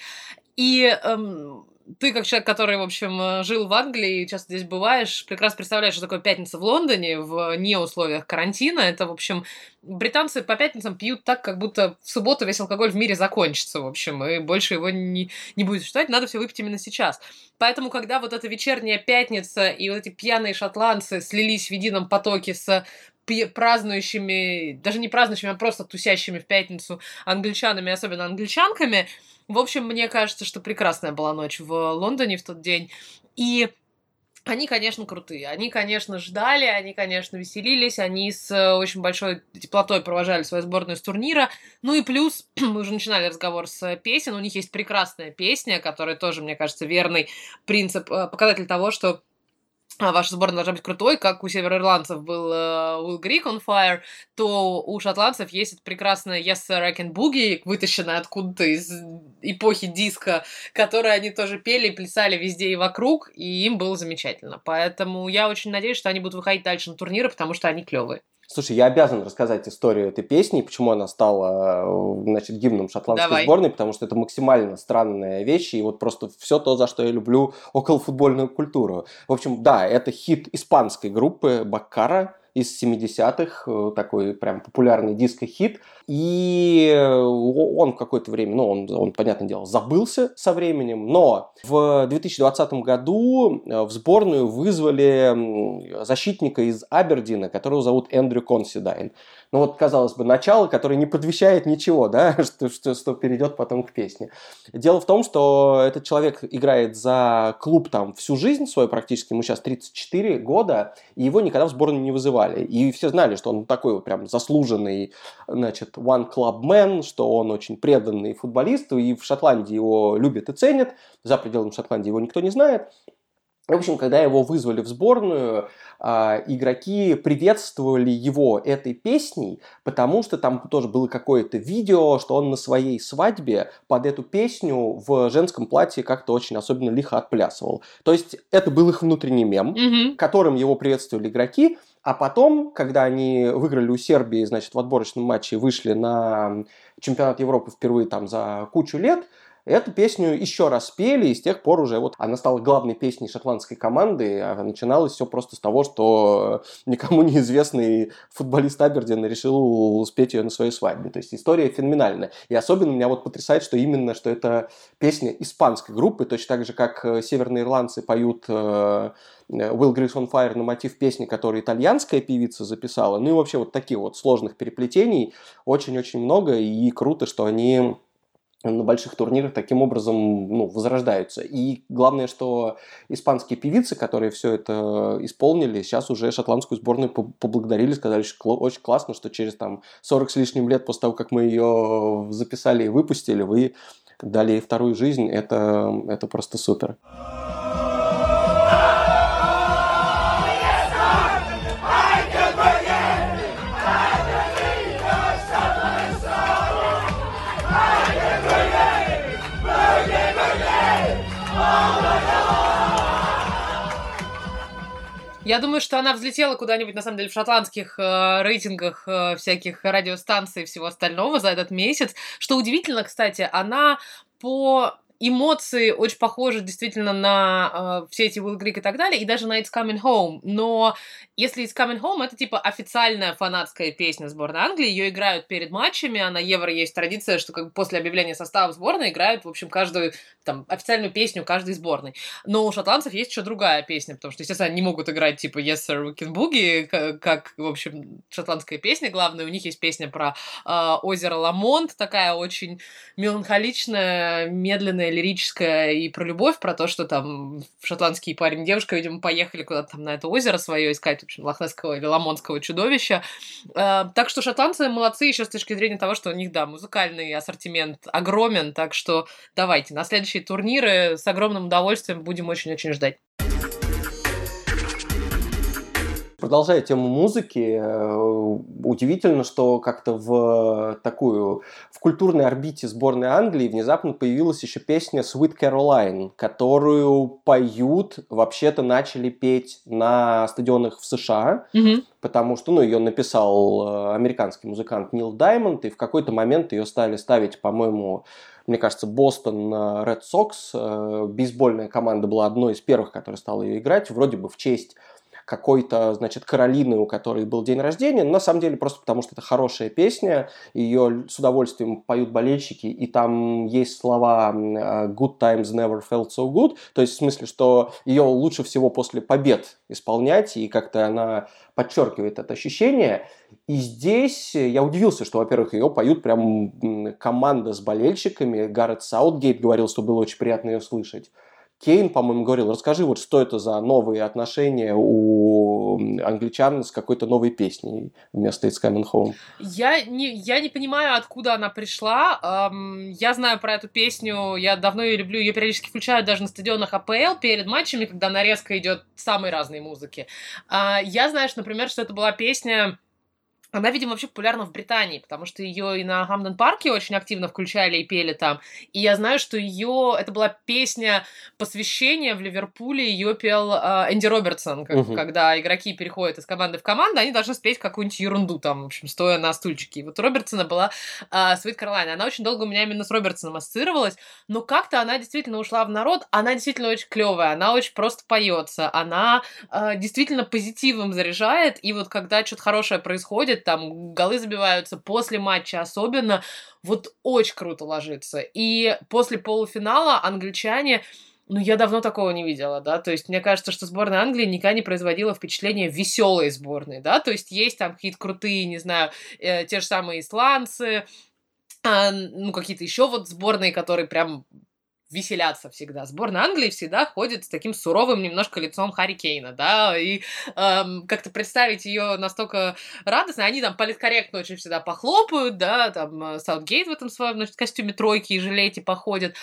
И эм, ты, как человек, который, в общем, жил в Англии и часто здесь бываешь, прекрасно представляешь, что такое пятница в Лондоне в не условиях карантина. Это, в общем, британцы по пятницам пьют так, как будто в субботу весь алкоголь в мире закончится, в общем, и больше его не, не будет существовать, надо все выпить именно сейчас. Поэтому, когда вот эта вечерняя пятница и вот эти пьяные шотландцы слились в едином потоке с празднующими, даже не празднующими, а просто тусящими в пятницу англичанами, особенно англичанками, в общем, мне кажется, что прекрасная была ночь в Лондоне в тот день. И они, конечно, крутые. Они, конечно, ждали, они, конечно, веселились, они с очень большой теплотой провожали свою сборную с турнира. Ну и плюс, мы уже начинали разговор с песен, у них есть прекрасная песня, которая тоже, мне кажется, верный принцип, показатель того, что ваша сборная должна быть крутой, как у североирландцев был uh, Will Greek on Fire, то у шотландцев есть прекрасная Yes Sir I Can Boogie, вытащенная откуда-то из эпохи диска, которую они тоже пели, плясали везде и вокруг, и им было замечательно. Поэтому я очень надеюсь, что они будут выходить дальше на турниры, потому что они клевые. Слушай, я обязан рассказать историю этой песни, почему она стала, значит, гимном шотландской Давай. сборной, потому что это максимально странная вещь, и вот просто все то, за что я люблю околофутбольную культуру. В общем, да, это хит испанской группы Баккара из семидесятых, такой прям популярный диско-хит, и он в какое-то время, ну, он, он, понятное дело, забылся со временем, но в две тысячи двадцатом году в сборную вызвали защитника из Абердина, которого зовут Эндрю Консидайн. Ну вот, казалось бы, начало, которое не предвещает ничего, да, что, что, что перейдет потом к песне. Дело в том, что этот человек играет за клуб там всю жизнь свою практически, ему сейчас тридцать четыре года, и его никогда в сборную не вызывали. И все знали, что он такой вот прям заслуженный, значит, one club man, что он очень преданный футболист, и в Шотландии его любят и ценят, за пределами Шотландии его никто не знает. В общем, когда его вызвали в сборную, игроки приветствовали его этой песней, потому что там тоже было какое-то видео, что он на своей свадьбе под эту песню в женском платье как-то очень особенно лихо отплясывал. То есть это был их внутренний мем, Mm-hmm. которым его приветствовали игроки, а потом, когда они выиграли у Сербии, значит, в отборочном матче, вышли на чемпионат Европы впервые там за кучу лет, эту песню еще раз спели, и с тех пор уже вот она стала главной песней шотландской команды, а начиналось все просто с того, что никому неизвестный футболист Абердина решил спеть ее на своей свадьбе. То есть история феноменальная. И особенно меня вот потрясает, что именно, что это песня испанской группы, точно так же, как северные ирландцы поют Will Grease on Fire на мотив песни, которую итальянская певица записала. Ну и вообще вот таких вот сложных переплетений очень-очень много, и круто, что они на больших турнирах таким образом, ну, возрождаются. И главное, что испанские певицы, которые все это исполнили, сейчас уже шотландскую сборную поблагодарили, сказали, что очень классно, что через там сорок с лишним лет после того, как мы ее записали и выпустили, вы дали ей вторую жизнь. Это, это просто супер. Я думаю, что она взлетела куда-нибудь, на самом деле, в шотландских э, рейтингах э, всяких радиостанций и всего остального за этот месяц. Что удивительно, кстати, она по эмоции очень похожи действительно на э, все эти Will Greek и так далее, и даже на It's Coming Home. Но если It's Coming Home, это типа официальная фанатская песня сборной Англии, ее играют перед матчами, а на Евро есть традиция, что как бы после объявления состава сборной играют, в общем, каждую там официальную песню каждой сборной. Но у шотландцев есть еще другая песня, потому что, естественно, они не могут играть типа Yes Sir We Can Boogie, как, как в общем, шотландская песня главная. У них есть песня про э, озеро Ламонт, такая очень меланхоличная, медленная, лирическая и про любовь, про то, что там шотландский парень и девушка, видимо, поехали куда-то там на это озеро свое искать, в общем, лохнесского или ламонского чудовища. Э, так что шотландцы молодцы еще с точки зрения того, что у них, да, музыкальный ассортимент огромен, так что давайте, на следующие турниры с огромным удовольствием будем очень-очень ждать. Продолжая тему музыки, удивительно, что как-то в такую, в культурной орбите сборной Англии внезапно появилась еще песня Sweet Caroline, которую поют, вообще-то начали петь на стадионах в США, mm-hmm. потому что, ну, ее написал американский музыкант Нил Даймонд, и в какой-то момент ее стали ставить, по-моему, мне кажется, Бостон Ред Сокс, бейсбольная команда была одной из первых, которая стала ее играть, вроде бы в честь какой-то, значит, Каролины, у которой был день рождения, но на самом деле просто потому, что это хорошая песня, ее с удовольствием поют болельщики, и там есть слова «Good times never felt so good», то есть в смысле, что ее лучше всего после побед исполнять, и как-то она подчеркивает это ощущение. И здесь я удивился, что, во-первых, ее поют прям команда с болельщиками, Гаррет Саутгейт говорил, что было очень приятно ее слышать. Кейн, по-моему, говорил, расскажи, вот что это за новые отношения у англичан с какой-то новой песней вместо It's Coming Home. Я не, я не понимаю, откуда она пришла. Эм, я знаю про эту песню, я давно ее люблю, ее периодически включают даже на стадионах АПЛ перед матчами, когда нарезка идет самой разной музыки. Э, я знаю, что, например, что это была песня... Она, видимо, вообще популярна в Британии, потому что ее и на Хамден-парке очень активно включали и пели там. И я знаю, что ее... Это была песня посвящения в Ливерпуле, ее пел э, Энди Робертсон, как, uh-huh. когда игроки переходят из команды в команду, они должны спеть какую-нибудь ерунду там, в общем, стоя на стульчике. И вот у Робертсона была э, Sweet Caroline. Она очень долго у меня именно с Робертсоном ассоциировалась, но как-то она действительно ушла в народ. Она действительно очень клевая, она очень просто поется, она э, действительно позитивом заряжает, и вот когда что-то хорошее происходит, там голы забиваются после матча особенно, вот очень круто ложится. И после полуфинала англичане, ну, я давно такого не видела, да, то есть мне кажется, что сборная Англии никогда не производила впечатление веселой сборной, да, то есть есть там какие-то крутые, не знаю, э, те же самые исландцы, э, ну, какие-то еще вот сборные, которые прям веселятся всегда. Сборная Англии всегда ходит с таким суровым немножко лицом Харри Кейна, да, и эм, как-то представить ее настолько радостной, они там политкорректно очень всегда похлопают, да, там Саутгейт в этом своем, значит, костюме тройки и жилете походит,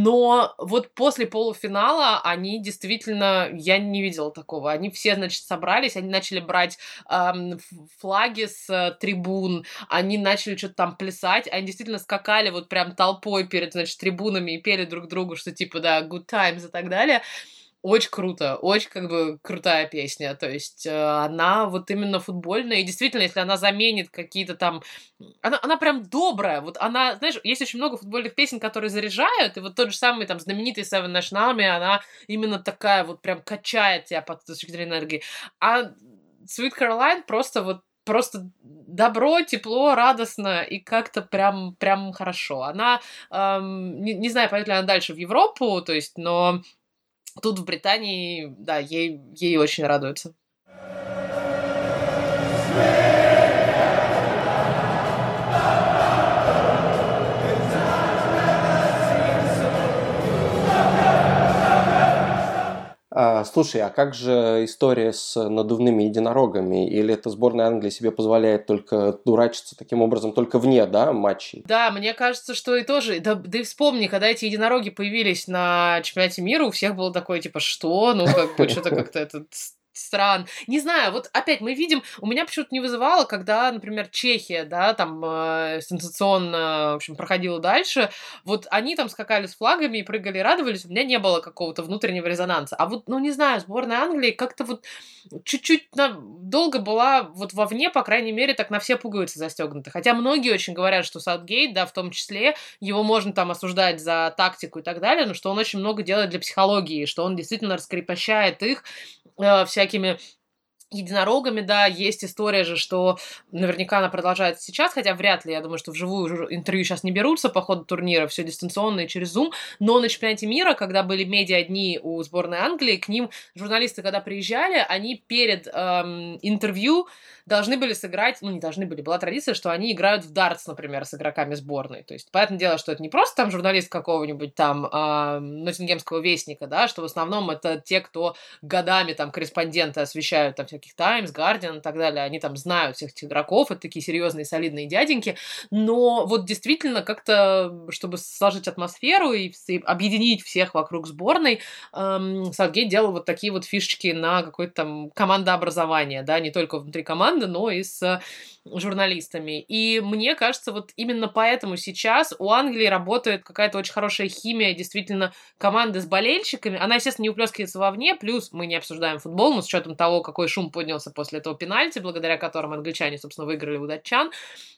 но вот после полуфинала они действительно, я не видела такого, они все, значит, собрались, они начали брать эм, флаги с э, трибун, они начали что-то там плясать, они действительно скакали вот прям толпой перед, значит, трибунами и пели друг другу, что типа, да, good times и так далее. Очень круто, очень как бы крутая песня, то есть э, она вот именно футбольная, и действительно, если она заменит какие-то там... Она, она прям добрая, вот она, знаешь, есть очень много футбольных песен, которые заряжают, и вот тот же самый там знаменитый Seven Nation Army, она именно такая вот прям качает тебя под точки зрения энергии. А Sweet Caroline просто вот просто добро, тепло, радостно и как-то прям, прям хорошо. Она, эм, не, не знаю, пойдет ли она дальше в Европу, то есть, но тут в Британии, да, ей, ей очень радуются. А, слушай, а как же история с надувными единорогами? Или эта сборная Англии себе позволяет только дурачиться таким образом только вне, да, матчей? Да, мне кажется, что и тоже... Да, да и вспомни, когда эти единороги появились на чемпионате мира, у всех было такое, типа, что? Ну, как бы, что-то как-то это стран. Не знаю, вот опять мы видим, у меня почему-то не вызывало, когда, например, Чехия, да, там э, сенсационно, в общем, проходила дальше, вот они там скакали с флагами и прыгали, радовались, у меня не было какого-то внутреннего резонанса. А вот, ну, не знаю, сборная Англии как-то вот чуть-чуть на... долго была вот вовне, по крайней мере, так на все пуговицы застегнуты. Хотя многие очень говорят, что Саутгейт, да, в том числе, его можно там осуждать за тактику и так далее, но что он очень много делает для психологии, что он действительно раскрепощает их, э, всякими единорогами, да, есть история же, что наверняка она продолжается сейчас, хотя вряд ли, я думаю, что вживую уже интервью сейчас не берутся по ходу турнира, все дистанционно и через Zoom, но на чемпионате мира, когда были медиа-дни у сборной Англии, к ним журналисты, когда приезжали, они перед эм, интервью должны были сыграть, ну, не должны были, была традиция, что они играют в дартс, например, с игроками сборной, то есть, понятное дело, что это не просто там журналист какого-нибудь там э, Ноттингемского вестника, да, что в основном это те, кто годами там корреспонденты освещают там всяких Times, Guardian и так далее, они там знают всех этих игроков, это такие серьезные, солидные дяденьки, но вот действительно как-то, чтобы сложить атмосферу и объединить всех вокруг сборной, эм, Саутгейт делал вот такие вот фишечки на какое-то там командообразование, да, не только внутри команды, но и с журналистами. И мне кажется, вот именно поэтому сейчас у Англии работает какая-то очень хорошая химия, действительно, команды с болельщиками. Она, естественно, не уплескивается вовне, плюс мы не обсуждаем футбол, но с учетом того, какой шум поднялся после этого пенальти, благодаря которому англичане, собственно, выиграли у датчан.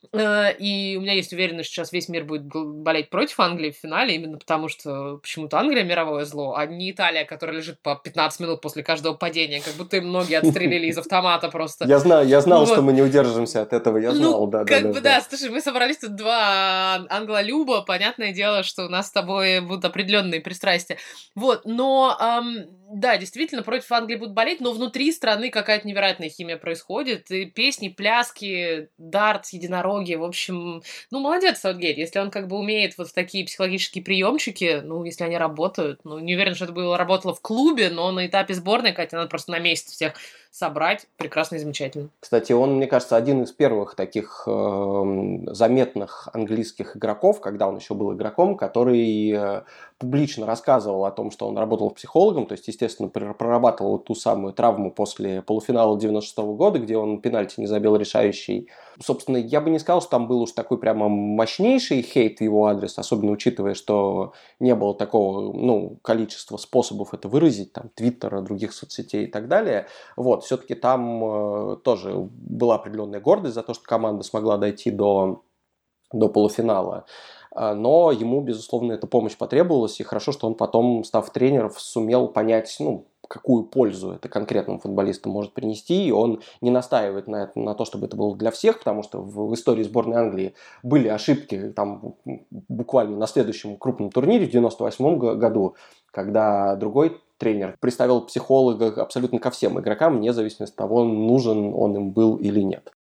И у меня есть уверенность, что сейчас весь мир будет болеть против Англии в финале, именно потому что почему-то Англия мировое зло, а не Италия, которая лежит по пятнадцать минут после каждого падения, как будто им ноги отстрелили из автомата просто. Я знаю, я знал, что мы не удержимся от этого, я знал, ну, да, как да, бы, да, слушай, мы собрались тут два англолюба, понятное дело, что у нас с тобой будут определенные пристрастия. Вот, но, эм, да, действительно, против Англии будут болеть, но внутри страны какая-то невероятная химия происходит, и песни, пляски, дартс, единороги, в общем, ну, молодец Саутгейт, если он как бы умеет вот в такие психологические приемчики, ну, если они работают, ну, не уверен, что это было работало в клубе, но на этапе сборной, Катя, надо просто на месяц всех собрать, прекрасно и замечательно. Кстати, он, мне кажется, один из первых таких э, заметных английских игроков, когда он еще был игроком, который э, публично рассказывал о том, что он работал психологом, то есть, естественно, прорабатывал ту самую травму после полуфинала девяносто шестого года, где он пенальти не забил решающий. Собственно, я бы не сказал, что там был уж такой прямо мощнейший хейт в его адрес, особенно учитывая, что не было такого, ну, количества способов это выразить, там, Твиттера, других соцсетей и так далее. Вот, все-таки там э, тоже была определенная гордость за то, что команда смогла дойти до, до полуфинала. Но ему, безусловно, эта помощь потребовалась, и хорошо, что он потом, став тренером, сумел понять, ну, какую пользу это конкретному футболисту может принести, и он не настаивает на, это, на то, чтобы это было для всех, потому что в, в истории сборной Англии были ошибки там буквально на следующем крупном турнире в девяносто восьмом году, когда другой тренер приставил психолога абсолютно ко всем игрокам, вне зависимости от того, нужен он им был или нет.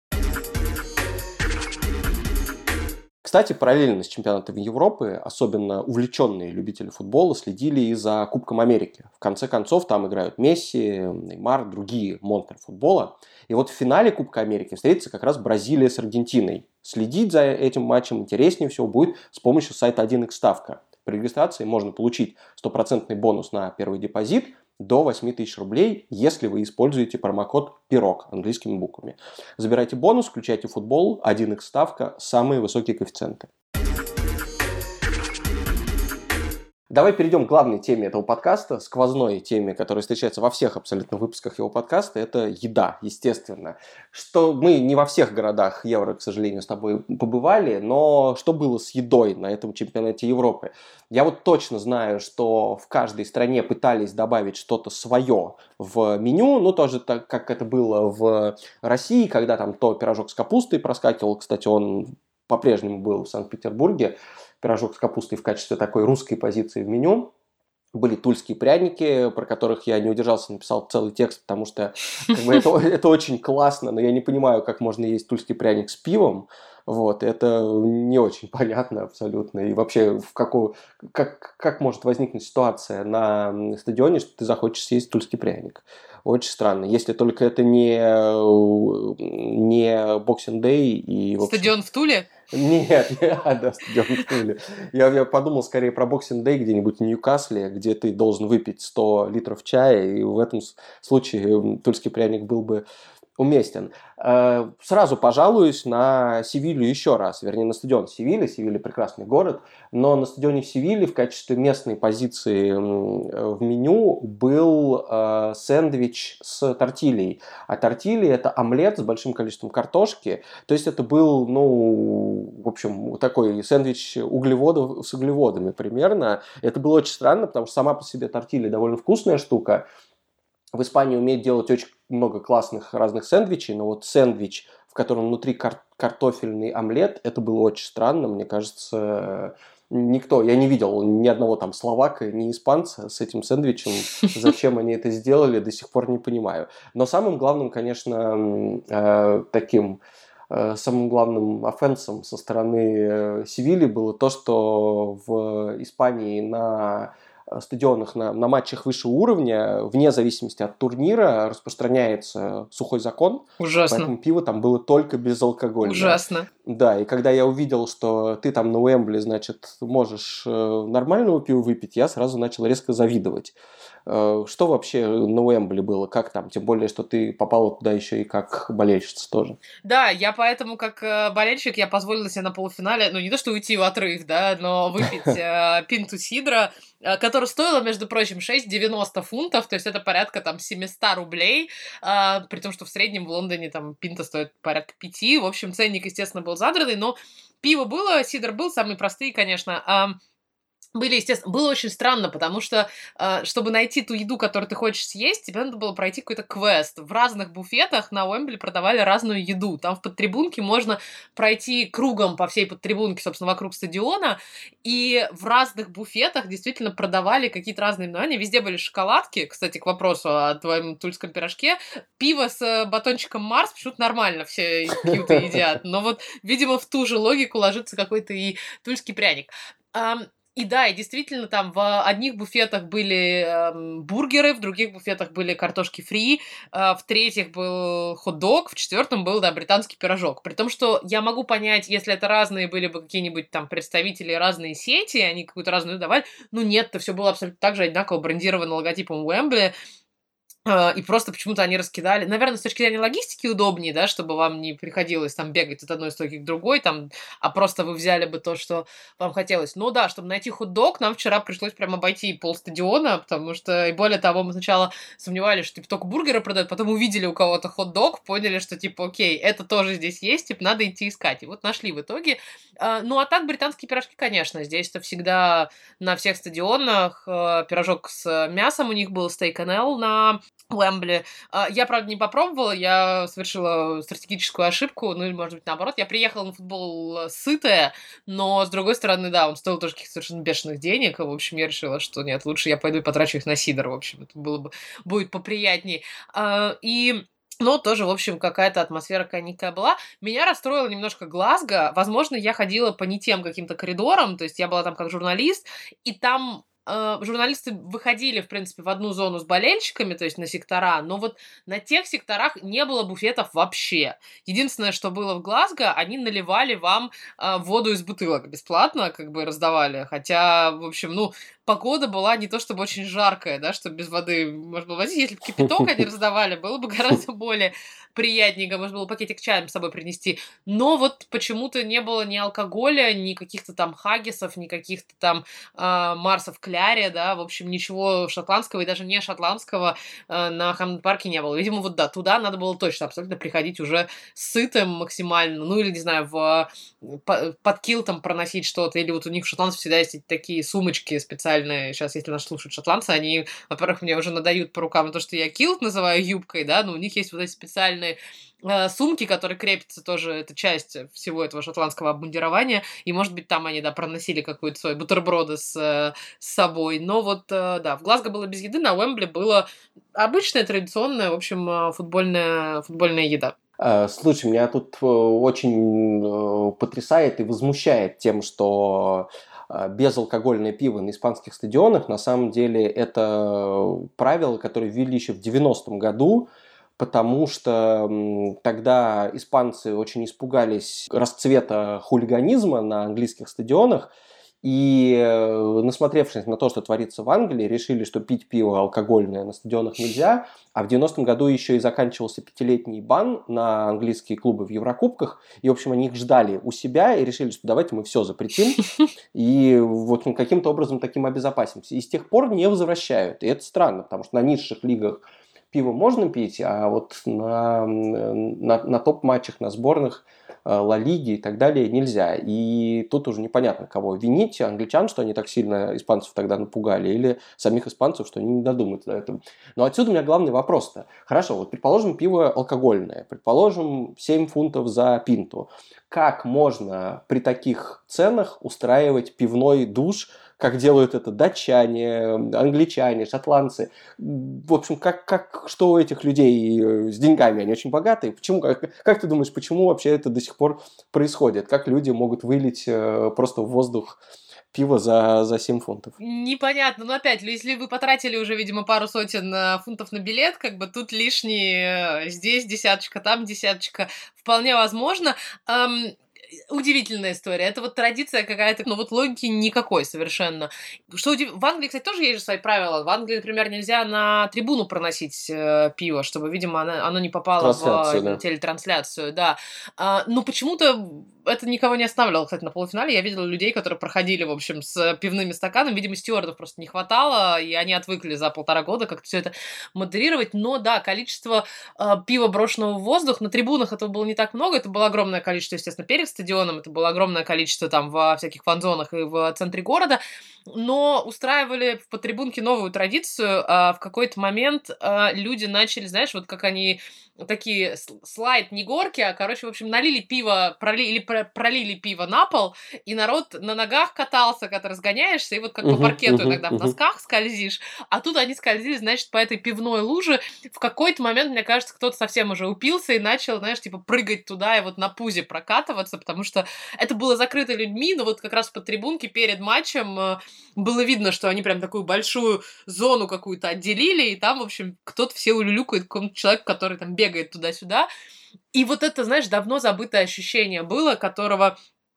Кстати, параллельно с чемпионатом Европы особенно увлеченные любители футбола следили и за Кубком Америки. В конце концов, там играют Месси, Неймар, другие монстры футбола. И вот в финале Кубка Америки встретится как раз Бразилия с Аргентиной. Следить за этим матчем интереснее всего будет с помощью сайта один икс ставка. При регистрации можно получить стопроцентный бонус на первый депозит до восемь тысяч рублей, если вы используете промокод пирог английскими буквами. Забирайте бонус, включайте футбол, один икс ставка, самые высокие коэффициенты. Давай перейдем к главной теме этого подкаста, сквозной теме, которая встречается во всех абсолютно выпусках его подкаста. Это еда, естественно. Что мы не во всех городах Евро, к сожалению, с тобой побывали, но что было с едой на этом чемпионате Европы? Я вот точно знаю, что в каждой стране пытались добавить что-то свое в меню, ну тоже так, как это было в России, когда там то пирожок с капустой проскакивал, кстати, он по-прежнему был в Санкт-Петербурге, пирожок с капустой в качестве такой русской позиции в меню. Были тульские пряники, про которых я не удержался, написал целый текст, потому что как бы, это, это очень классно, но я не понимаю, как можно есть тульский пряник с пивом. Вот, это не очень понятно абсолютно. И вообще, в какую, как, как может возникнуть ситуация на стадионе, что ты захочешь съесть тульский пряник. Очень странно. Если только это не, не Boxing Day и... В общем... Стадион в Туле? Нет, да, стадион в Туле. Я, я подумал скорее про Boxing Day где-нибудь в Ньюкасле, где ты должен выпить сто литров чая, и в этом случае тульский пряник был бы уместен. Сразу пожалуюсь на Севилью еще раз, вернее, на стадион Севильи. Севилья прекрасный город, но на стадионе Севильи в качестве местной позиции в меню был сэндвич с тортильей. А тортилья – это омлет с большим количеством картошки, то есть это был, ну, в общем, такой сэндвич углеводов с углеводами примерно. Это было очень странно, потому что сама по себе тортилья довольно вкусная штука. В Испании умеют делать очень много классных разных сэндвичей, но вот сэндвич, в котором внутри кар- картофельный омлет, это было очень странно. Мне кажется, никто, я не видел ни одного там словака, ни испанца с этим сэндвичем. Зачем они это сделали, до сих пор не понимаю. Но самым главным, конечно, э, таким... Самым главным оффенсом со стороны Севильи было то, что в Испании на стадионах, на, на матчах высшего уровня, вне зависимости от турнира, распространяется сухой закон. Ужасно. Поэтому пиво там было только безалкогольное. Ужасно. Да, и когда я увидел, что ты там на Уэмбли, значит, можешь нормального пива выпить, я сразу начал резко завидовать. Что вообще на Уэмбли было? Как там? Тем более, что ты попала туда еще и как болельщица тоже. Да, я поэтому, как э, болельщик, я позволила себе на полуфинале, ну, не то, что уйти в отрыв, да, но выпить э, пинту сидра, э, которая стоила, между прочим, шесть девяносто фунтов, то есть это порядка там семьсот рублей, э, при том, что в среднем в Лондоне там пинта стоит порядка пяти, в общем, ценник, естественно, был задранный, но пиво было, сидр был, самые простые, конечно, а были, естественно, было очень странно, потому что, э, чтобы найти ту еду, которую ты хочешь съесть, тебе надо было пройти какой-то квест. В разных буфетах на Уэмбли продавали разную еду. Там в подтрибунке можно пройти кругом по всей подтрибунке, собственно, вокруг стадиона, и в разных буфетах действительно продавали какие-то разные названия. Везде были шоколадки, кстати, к вопросу о твоем тульском пирожке. Пиво с батончиком Марс почему-то нормально все пьют и едят, но вот, видимо, в ту же логику ложится какой-то и тульский пряник. И да, и действительно, там в одних буфетах были э, бургеры, в других буфетах были картошки фри, э, в третьих был хот-дог, в четвертом был, да, британский пирожок. При том, что я могу понять, если это разные были бы какие-нибудь там представители, разные сети, они какую-то разную давали, ну нет, это все было абсолютно так же одинаково брендировано логотипом Уэмбли. И просто почему-то они раскидали. Наверное, с точки зрения логистики удобнее, да, чтобы вам не приходилось там бегать от одной стойки к другой, там, а просто вы взяли бы то, что вам хотелось. Но да, чтобы найти хот-дог, нам вчера пришлось прям обойти полстадиона, потому что, и более того, мы сначала сомневались, что типа только бургеры продают, потом увидели у кого-то хот-дог, поняли, что типа окей, это тоже здесь есть, типа надо идти искать. И вот нашли в итоге. Ну, а так британские пирожки, конечно, здесь-то всегда на всех стадионах пирожок с мясом у них был, стейк эн эл на Уэмбли. Я, правда, не попробовала, я совершила стратегическую ошибку, ну или, может быть, наоборот. Я приехала на футбол сытая, но, с другой стороны, да, он стоил тоже каких-то совершенно бешеных денег, и, в общем, я решила, что нет, лучше я пойду и потрачу их на сидр, в общем, это было бы, будет поприятней. И... Но тоже, в общем, какая-то атмосфера какая-никакая была. Меня расстроило немножко Глазго. Возможно, я ходила по не тем каким-то коридорам, то есть я была там как журналист, и там э, журналисты выходили, в принципе, в одну зону с болельщиками, то есть на сектора, но вот на тех секторах не было буфетов вообще. Единственное, что было в Глазго, они наливали вам э, воду из бутылок бесплатно, как бы раздавали, хотя, в общем, ну... Погода была не то чтобы очень жаркая, да, чтобы без воды можно было возить. Если бы кипяток они раздавали, было бы гораздо более приятненько. Можно было пакетик чаем с собой принести. Но вот почему-то не было ни алкоголя, ни каких-то там хаггисов, ни каких-то там э, Марсов Кляре, да, в общем, ничего шотландского и даже не шотландского э, на Хаммонд-парке не было. Видимо, вот да, туда надо было точно абсолютно приходить уже сытым максимально, ну или, не знаю, в, по, под килтом проносить что-то, или вот у них в шотландцев всегда есть такие сумочки специальные. Сейчас, если нас слушают шотландцы, они, во-первых, мне уже надают по рукам то, что я килт называю юбкой, да, но у них есть вот эти специальные э, сумки, которые крепятся тоже, это часть всего этого шотландского обмундирования, и, может быть, там они, да, проносили какой-то свой бутерброды с, э, с собой, но вот, э, да, в Глазго было без еды, на Уэмбли было обычная, традиционная, в общем, футбольная, футбольная еда. Слушай, меня тут очень потрясает и возмущает тем, что безалкогольное пиво на испанских стадионах, на самом деле это правило, которое ввели еще в девяностом году, потому что тогда испанцы очень испугались расцвета хулиганизма на английских стадионах, и, насмотревшись на то, что творится в Англии, решили, что пить пиво алкогольное на стадионах нельзя. А в девяностом году еще и заканчивался пятилетний бан на английские клубы в Еврокубках. И, в общем, они их ждали у себя и решили, что давайте мы все запретим. И вот ну, каким-то образом таким обезопасимся. И с тех пор не возвращают. И это странно, потому что на низших лигах пиво можно пить, а вот на, на, на топ-матчах, на сборных Ла Лиги и так далее нельзя. И тут уже непонятно, кого винить. Англичан, что они так сильно испанцев тогда напугали, или самих испанцев, что они не додумаются до этого. Но отсюда у меня главный вопрос-то. Хорошо, вот предположим, пиво алкогольное. Предположим, семь фунтов за пинту. Как можно при таких ценах устраивать пивной душ, как делают это датчане, англичане, шотландцы? В общем, как, как, что у этих людей с деньгами? Они очень богатые. Почему, как, как ты думаешь, почему вообще это до сих пор происходит? Как люди могут вылить просто в воздух пиво за, за семь фунтов? Непонятно, но опять, если вы потратили уже, видимо, пару сотен фунтов на билет, как бы тут лишний, здесь десяточка, там десяточка, вполне возможно. Эм... Удивительная история. Это вот традиция какая-то, но вот логики никакой совершенно. Что удив... В Англии, кстати, тоже есть же свои правила. В Англии, например, нельзя на трибуну проносить э, пиво, чтобы, видимо, оно, оно не попало в да. телетрансляцию. Да. А, но почему-то это никого не останавливало, кстати, на полуфинале. Я видела людей, которые проходили, в общем, с пивными стаканами. Видимо, стюардов просто не хватало, и они отвыкли за полтора года как-то все это модерировать. Но да, количество э, пива, брошенного в воздух, на трибунах этого было не так много. Это было огромное количество, естественно, перед стадионом. Это было огромное количество там во всяких фан-зонах и в центре города. Но устраивали по трибунке новую традицию. А в какой-то момент а, люди начали, знаешь, вот как они такие слайд, не горки, а, короче, в общем, налили пиво, проли, или пролили пиво на пол, и народ на ногах катался, когда ты разгоняешься, и вот как uh-huh, по паркету uh-huh, иногда uh-huh. в носках скользишь, а тут они скользили, значит, по этой пивной луже. В какой-то момент, мне кажется, кто-то совсем уже упился и начал, знаешь, типа прыгать туда и вот на пузе прокатываться, потому что это было закрыто людьми, но вот как раз по трибунке перед матчем было видно, что они прям такую большую зону какую-то отделили, и там, в общем, кто-то все улюлюкает какому-то человеку, который там бегает туда-сюда. И вот это, знаешь, давно забытое ощущение было, которого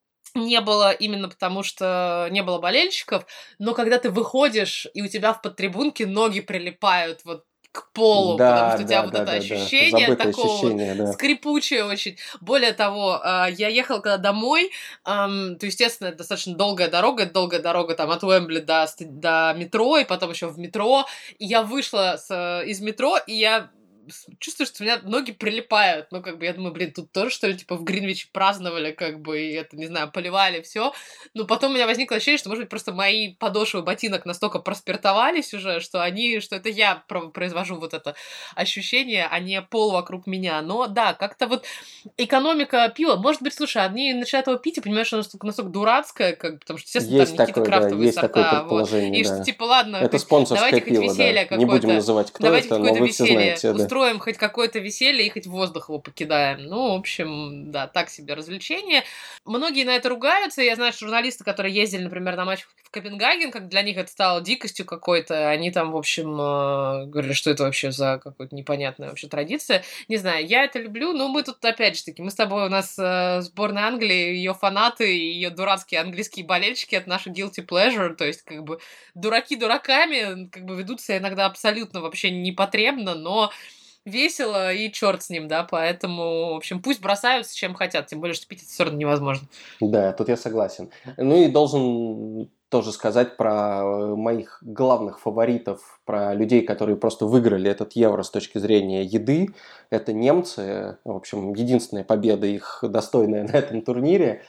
не было именно потому, что не было болельщиков, но когда ты выходишь, и у тебя в подтрибунке ноги прилипают вот к полу, да, потому что да, у тебя да, вот да, это да, ощущение да. такого ощущение, да. скрипучее очень. Более того, я ехала когда домой, то, естественно, это достаточно долгая дорога, это долгая дорога там от Уэмбли до, до метро, и потом еще в метро, и я вышла с, из метро, и я чувствую, что у меня ноги прилипают. Ну, как бы, я думаю, блин, тут тоже, что ли, типа, в Гринвиче праздновали, как бы, и это, не знаю, поливали, все. Но потом у меня возникло ощущение, что, может быть, просто мои подошвы ботинок настолько проспиртовались уже, что они, что это я произвожу вот это ощущение, а не пол вокруг меня. Но, да, как-то вот экономика пива, может быть, слушай, они начинают его пить и понимают, что оно настолько, настолько дурацкое, как, потому что, естественно, есть там какие-то крафтовые да, сорта. Вот. И да. что, типа, ладно, это хоть, давайте пиво, хоть веселье да. какое-то. Не будем называть, кто давайте это, но вы все знаете, да. Устроим хоть какое-то веселье и хоть в воздух его покидаем. Ну, в общем, да, так себе развлечение. Многие на это ругаются. Я знаю, что журналисты, которые ездили, например, на матч в Копенгаген, как для них это стало дикостью какой-то, они там, в общем, говорили, что это вообще за какая-то непонятная вообще традиция. Не знаю, я это люблю, но мы тут, опять же таки, мы с тобой, у нас сборная Англии, ее фанаты, ее дурацкие английские болельщики, это наша guilty pleasure, то есть, как бы, дураки дураками, как бы, ведут себя иногда абсолютно вообще непотребно, но весело, и черт с ним, да, поэтому, в общем, пусть бросаются, чем хотят, тем более, что пить это все равно невозможно. Да, тут я согласен. Ну и должен тоже сказать про моих главных фаворитов, про людей, которые просто выиграли этот Евро с точки зрения еды. Это немцы, в общем, единственная победа их достойная на этом турнире.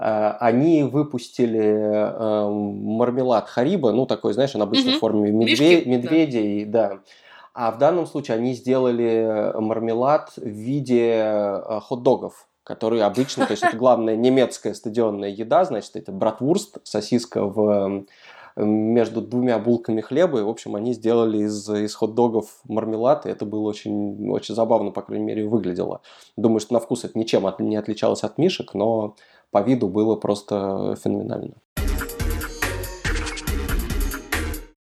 Они выпустили мармелад Хариба, ну, такой, знаешь, он обычно mm-hmm. в форме медве- медведей, да. да. А в данном случае они сделали мармелад в виде хот-догов, которые обычно, то есть это главная немецкая стадионная еда, значит, это братвурст, сосиска в, между двумя булками хлеба, и, в общем, они сделали из, из хот-догов мармелад, и это было очень, очень забавно, по крайней мере, выглядело. Думаю, что на вкус это ничем от, не отличалось от мишек, но по виду было просто феноменально.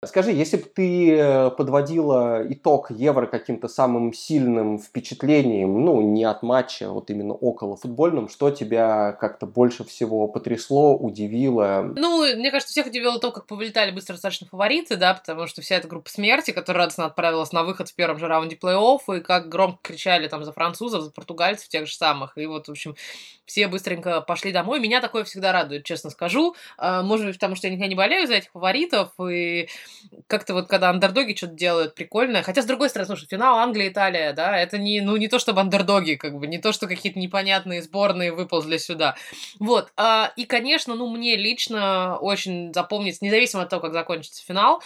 Скажи, если бы ты подводила итог Евро каким-то самым сильным впечатлением, ну, не от матча, вот именно около футбольным, что тебя как-то больше всего потрясло, удивило? Ну, мне кажется, всех удивило то, как повылетали быстро достаточно фавориты, да, потому что вся эта группа смерти, которая радостно отправилась на выход в первом же раунде плей-офф, и как громко кричали там за французов, за португальцев тех же самых, и вот, в общем, все быстренько пошли домой. Меня такое всегда радует, честно скажу. Может быть, потому что я никогда не болею за этих фаворитов, и как-то вот когда андердоги что-то делают прикольное. Хотя, с другой стороны, слушай, финал Англия-Италия, да, это не, ну, не то, чтобы андердоги, как бы, не то, что какие-то непонятные сборные выползли сюда. Вот. И, конечно, ну, мне лично очень запомнится, независимо от того, как закончится финал,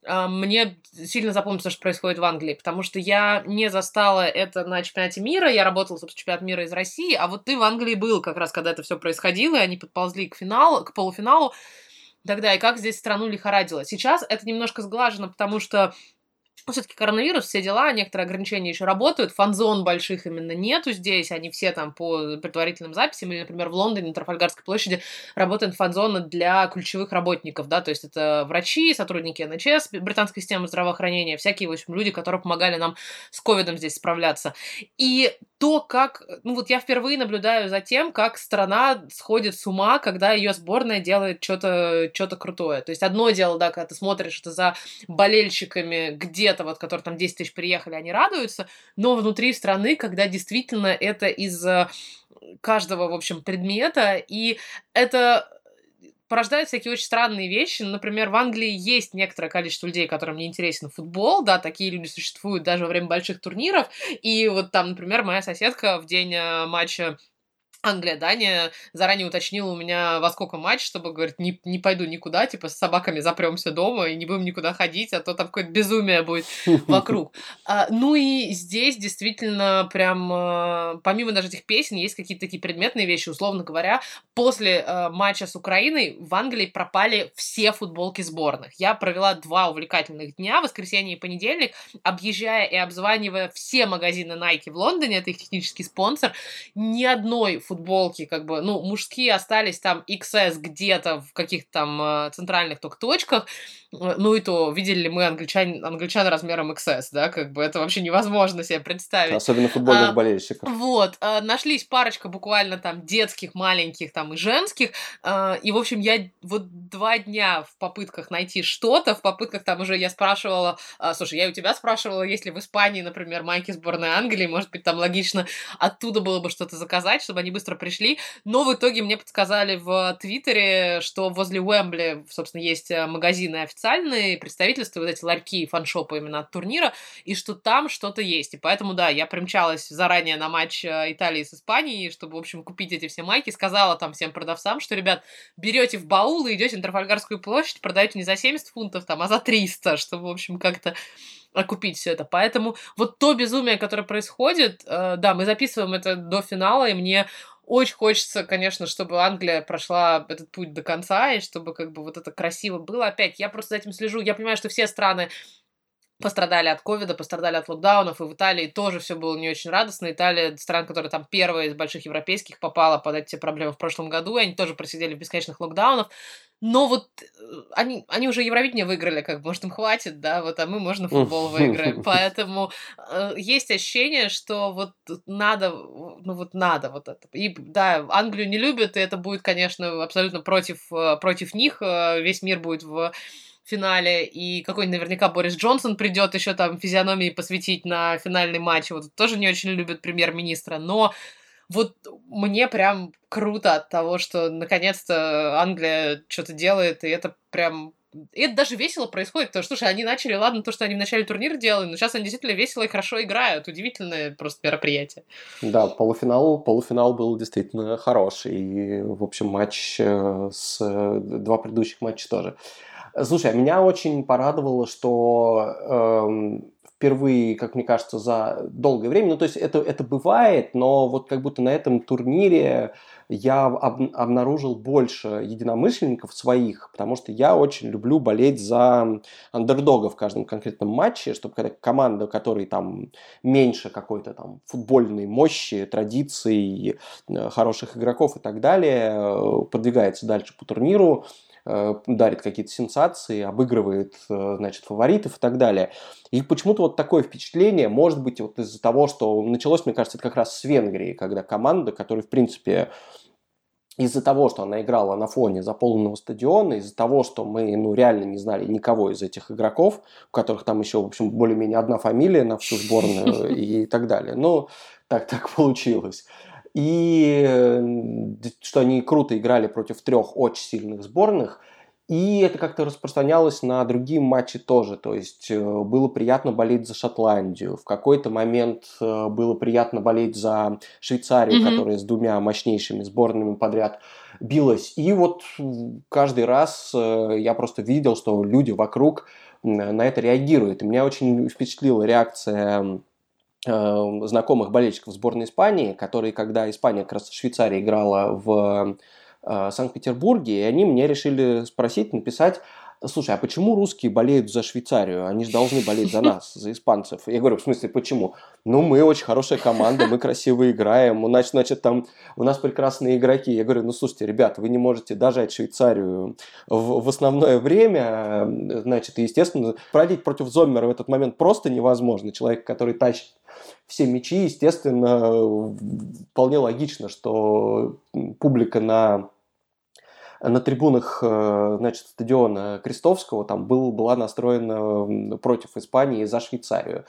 мне сильно запомнится, что происходит в Англии, потому что я не застала это на чемпионате мира, я работала, собственно, чемпионат мира из России, а вот ты в Англии был как раз, когда это все происходило, и они подползли к финалу, к полуфиналу тогда, и как здесь страну лихорадило. Сейчас это немножко сглажено, потому что ну, все-таки коронавирус, все дела, некоторые ограничения еще работают, фан-зон больших именно нету здесь, они все там по предварительным записям, или, например, в Лондоне на Трафальгарской площади работает фан-зона для ключевых работников, да, то есть это врачи, сотрудники эн эйч эс, британской системы здравоохранения, всякие, в общем, люди, которые помогали нам с ковидом здесь справляться. И то, как, ну вот я впервые наблюдаю за тем, как страна сходит с ума, когда ее сборная делает что-то что-то крутое. То есть одно дело, да, когда ты смотришь это за болельщиками где-то, вот, которые там десять тысяч приехали, они радуются, но внутри страны, когда действительно это из каждого, в общем, предмета, и это порождают всякие очень странные вещи. Например, в Англии есть некоторое количество людей, которым не интересен футбол, да, такие люди существуют даже во время больших турниров, и вот там, например, моя соседка в день матча Англия-Дания заранее уточнила у меня, во сколько матч, чтобы, говорит, не, не пойду никуда, типа, с собаками запремся дома и не будем никуда ходить, а то там какое-то безумие будет вокруг. А, ну и здесь действительно прям, а, помимо даже этих песен, есть какие-то такие предметные вещи, условно говоря. После а, матча с Украиной в Англии пропали все футболки сборных. Я провела два увлекательных дня, воскресенье и понедельник, объезжая и обзванивая все магазины Nike в Лондоне, это их технический спонсор, ни одной футболки, как бы, ну, мужские остались там икс эс где-то в каких-то там центральных только точках, ну и то, видели ли мы англичан, англичан размером икс эс, да, как бы это вообще невозможно себе представить. Особенно футбольных а, болельщиков. Вот, а, нашлись парочка буквально там детских, маленьких там и женских, а, и, в общем, я вот два дня в попытках найти что-то, в попытках там уже я спрашивала, а, слушай, я у тебя спрашивала, есть ли в Испании, например, майки сборной Англии, может быть, там логично оттуда было бы что-то заказать, чтобы они быстро пришли, но в итоге мне подсказали в Твиттере, что возле Уэмбли, собственно, есть магазины официальные, представительства, вот эти ларьки, фаншопы именно от турнира, и что там что-то есть. И поэтому, да, я примчалась заранее на матч Италии с Испанией, чтобы, в общем, купить эти все майки, сказала там всем продавцам, что, ребят, берете в баул и идете на Трафальгарскую площадь, продаете не за семьдесят фунтов, там, а за триста, чтобы, в общем, как-то окупить все это. Поэтому вот то безумие, которое происходит, э, да, мы записываем это до финала, и мне очень хочется, конечно, чтобы Англия прошла этот путь до конца, и чтобы как бы вот это красиво было. Опять, я просто за этим слежу. Я понимаю, что все страны пострадали от ковида, пострадали от локдаунов, и в Италии тоже все было не очень радостно. Италия, страна, которая там первая из больших европейских, попала под эти проблемы в прошлом году, и они тоже просидели в бесконечных локдаунах. Но вот они, они уже Евровидение выиграли, как бы, может, им хватит, да, вот, а мы, можно, футбол выиграем. Поэтому э, есть ощущение, что вот надо, ну вот надо вот это. И да, Англию не любят, и это будет, конечно, абсолютно против, против них. Весь мир будет в финале, и какой-нибудь наверняка Борис Джонсон придет еще там физиономии посвятить на финальный матч. Вот тоже не очень любят премьер-министра, но вот мне прям круто от того, что наконец-то Англия что-то делает, и это прям... И это даже весело происходит, потому что, слушай, они начали, ладно, то, что они в начале турнира делали, но сейчас они действительно весело и хорошо играют. Удивительное просто мероприятие. Да, полуфинал, полуфинал был действительно хороший. И, в общем, матч с... Два предыдущих матча тоже. Слушай, меня очень порадовало, что эм, впервые, как мне кажется, за долгое время, ну, то есть это, это бывает, но вот как будто на этом турнире я об, обнаружил больше единомышленников своих, потому что я очень люблю болеть за андердога в каждом конкретном матче, чтобы когда команда, которой там меньше какой-то там футбольной мощи, традиций, хороших игроков и так далее, продвигается дальше по турниру, э, дарит какие-то сенсации, обыгрывает, э, значит, фаворитов и так далее. И почему-то вот такое впечатление, может быть, вот из-за того, что началось, мне кажется, это как раз с Венгрии, когда команда, которая, в принципе, из-за того, что она играла на фоне заполненного стадиона, из-за того, что мы ну, реально не знали никого из этих игроков, у которых там еще, в общем, более-менее одна фамилия на всю сборную и так далее. Ну, так, так получилось. И что они круто играли против трех очень сильных сборных. И это как-то распространялось на другие матчи тоже. То есть было приятно болеть за Шотландию. В какой-то момент было приятно болеть за Швейцарию, mm-hmm. которая с двумя мощнейшими сборными подряд билась. И вот каждый раз я просто видел, что люди вокруг на это реагируют. И меня очень впечатлила реакция знакомых болельщиков сборной Испании, которые, когда Испания как раз в Швейцарии играла в Санкт-Петербурге, и они мне решили спросить, написать: слушай, а почему русские болеют за Швейцарию? Они же должны болеть за нас, за испанцев. Я говорю, в смысле, почему? Ну, мы очень хорошая команда, мы красиво играем, значит, значит, там у нас прекрасные игроки. Я говорю, ну, слушайте, ребята, вы не можете дожать Швейцарию в, в основное время, значит, и, естественно, пролить против Зоммера в этот момент просто невозможно. Человек, который тащит все мячи, естественно, вполне логично, что публика на, на трибунах, значит, стадиона Крестовского там был, была настроена против Испании за Швейцарию.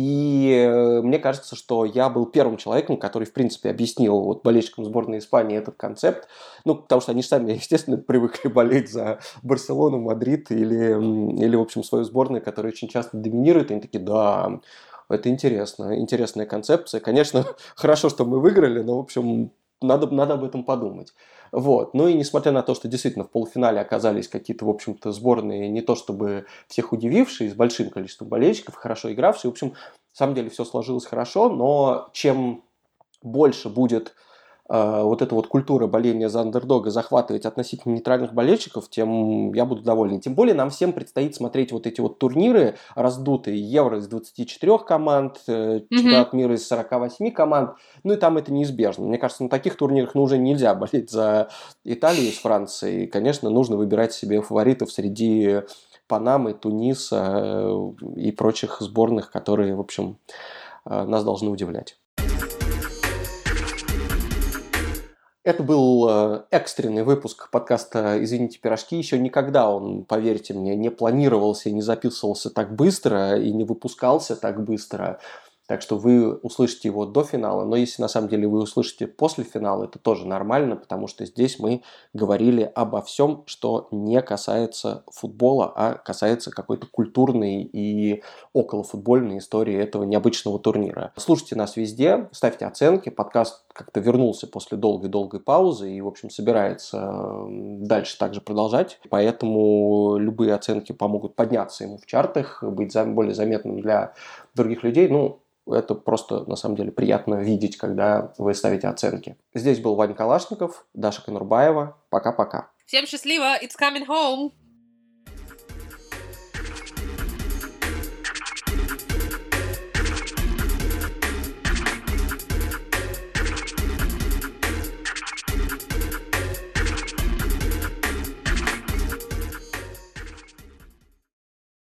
И мне кажется, что я был первым человеком, который, в принципе, объяснил вот болельщикам сборной Испании этот концепт. Ну, потому что они сами, естественно, привыкли болеть за Барселону, Мадрид или, или в общем, свою сборную, которая очень часто доминирует. И они такие, да... Это интересно, интересная концепция. Конечно, хорошо, что мы выиграли, но, в общем, надо, надо об этом подумать. Вот. Ну и несмотря на то, что действительно в полуфинале оказались какие-то, в общем-то, сборные не то чтобы всех удивившие, с большим количеством болельщиков, хорошо игравшие. В общем, на самом деле все сложилось хорошо, но чем больше будет э, вот эта вот культура боления за андердога захватывать относительно нейтральных болельщиков, тем я буду доволен. Тем более нам всем предстоит смотреть вот эти вот турниры раздутые. Евро из двадцати четырёх команд, э, чемпионат mm-hmm. мира из сорока восьми команд. Ну и там это неизбежно. Мне кажется, на таких турнирах ну, уже нельзя болеть за Италию с Францией. И, конечно, нужно выбирать себе фаворитов среди Панамы, Туниса э, и прочих сборных, которые, в общем, э, нас должны удивлять. Это был экстренный выпуск подкаста «Извините, пирожки». Еще никогда он, поверьте мне, не планировался, не записывался так быстро и не выпускался так быстро. Так что вы услышите его до финала. Но если на самом деле вы услышите после финала, это тоже нормально, потому что здесь мы говорили обо всем, что не касается футбола, а касается какой-то культурной и околофутбольной истории этого необычного турнира. Слушайте нас везде, ставьте оценки. Подкаст как-то вернулся после долгой-долгой паузы и, в общем, собирается дальше также продолжать. Поэтому любые оценки помогут подняться ему в чартах, быть более заметным для других людей. Ну, это просто, на самом деле, приятно видеть, когда вы ставите оценки. Здесь был Ваня Калашников, Даша Конурбаева. Пока-пока. Всем счастливо! It's coming home!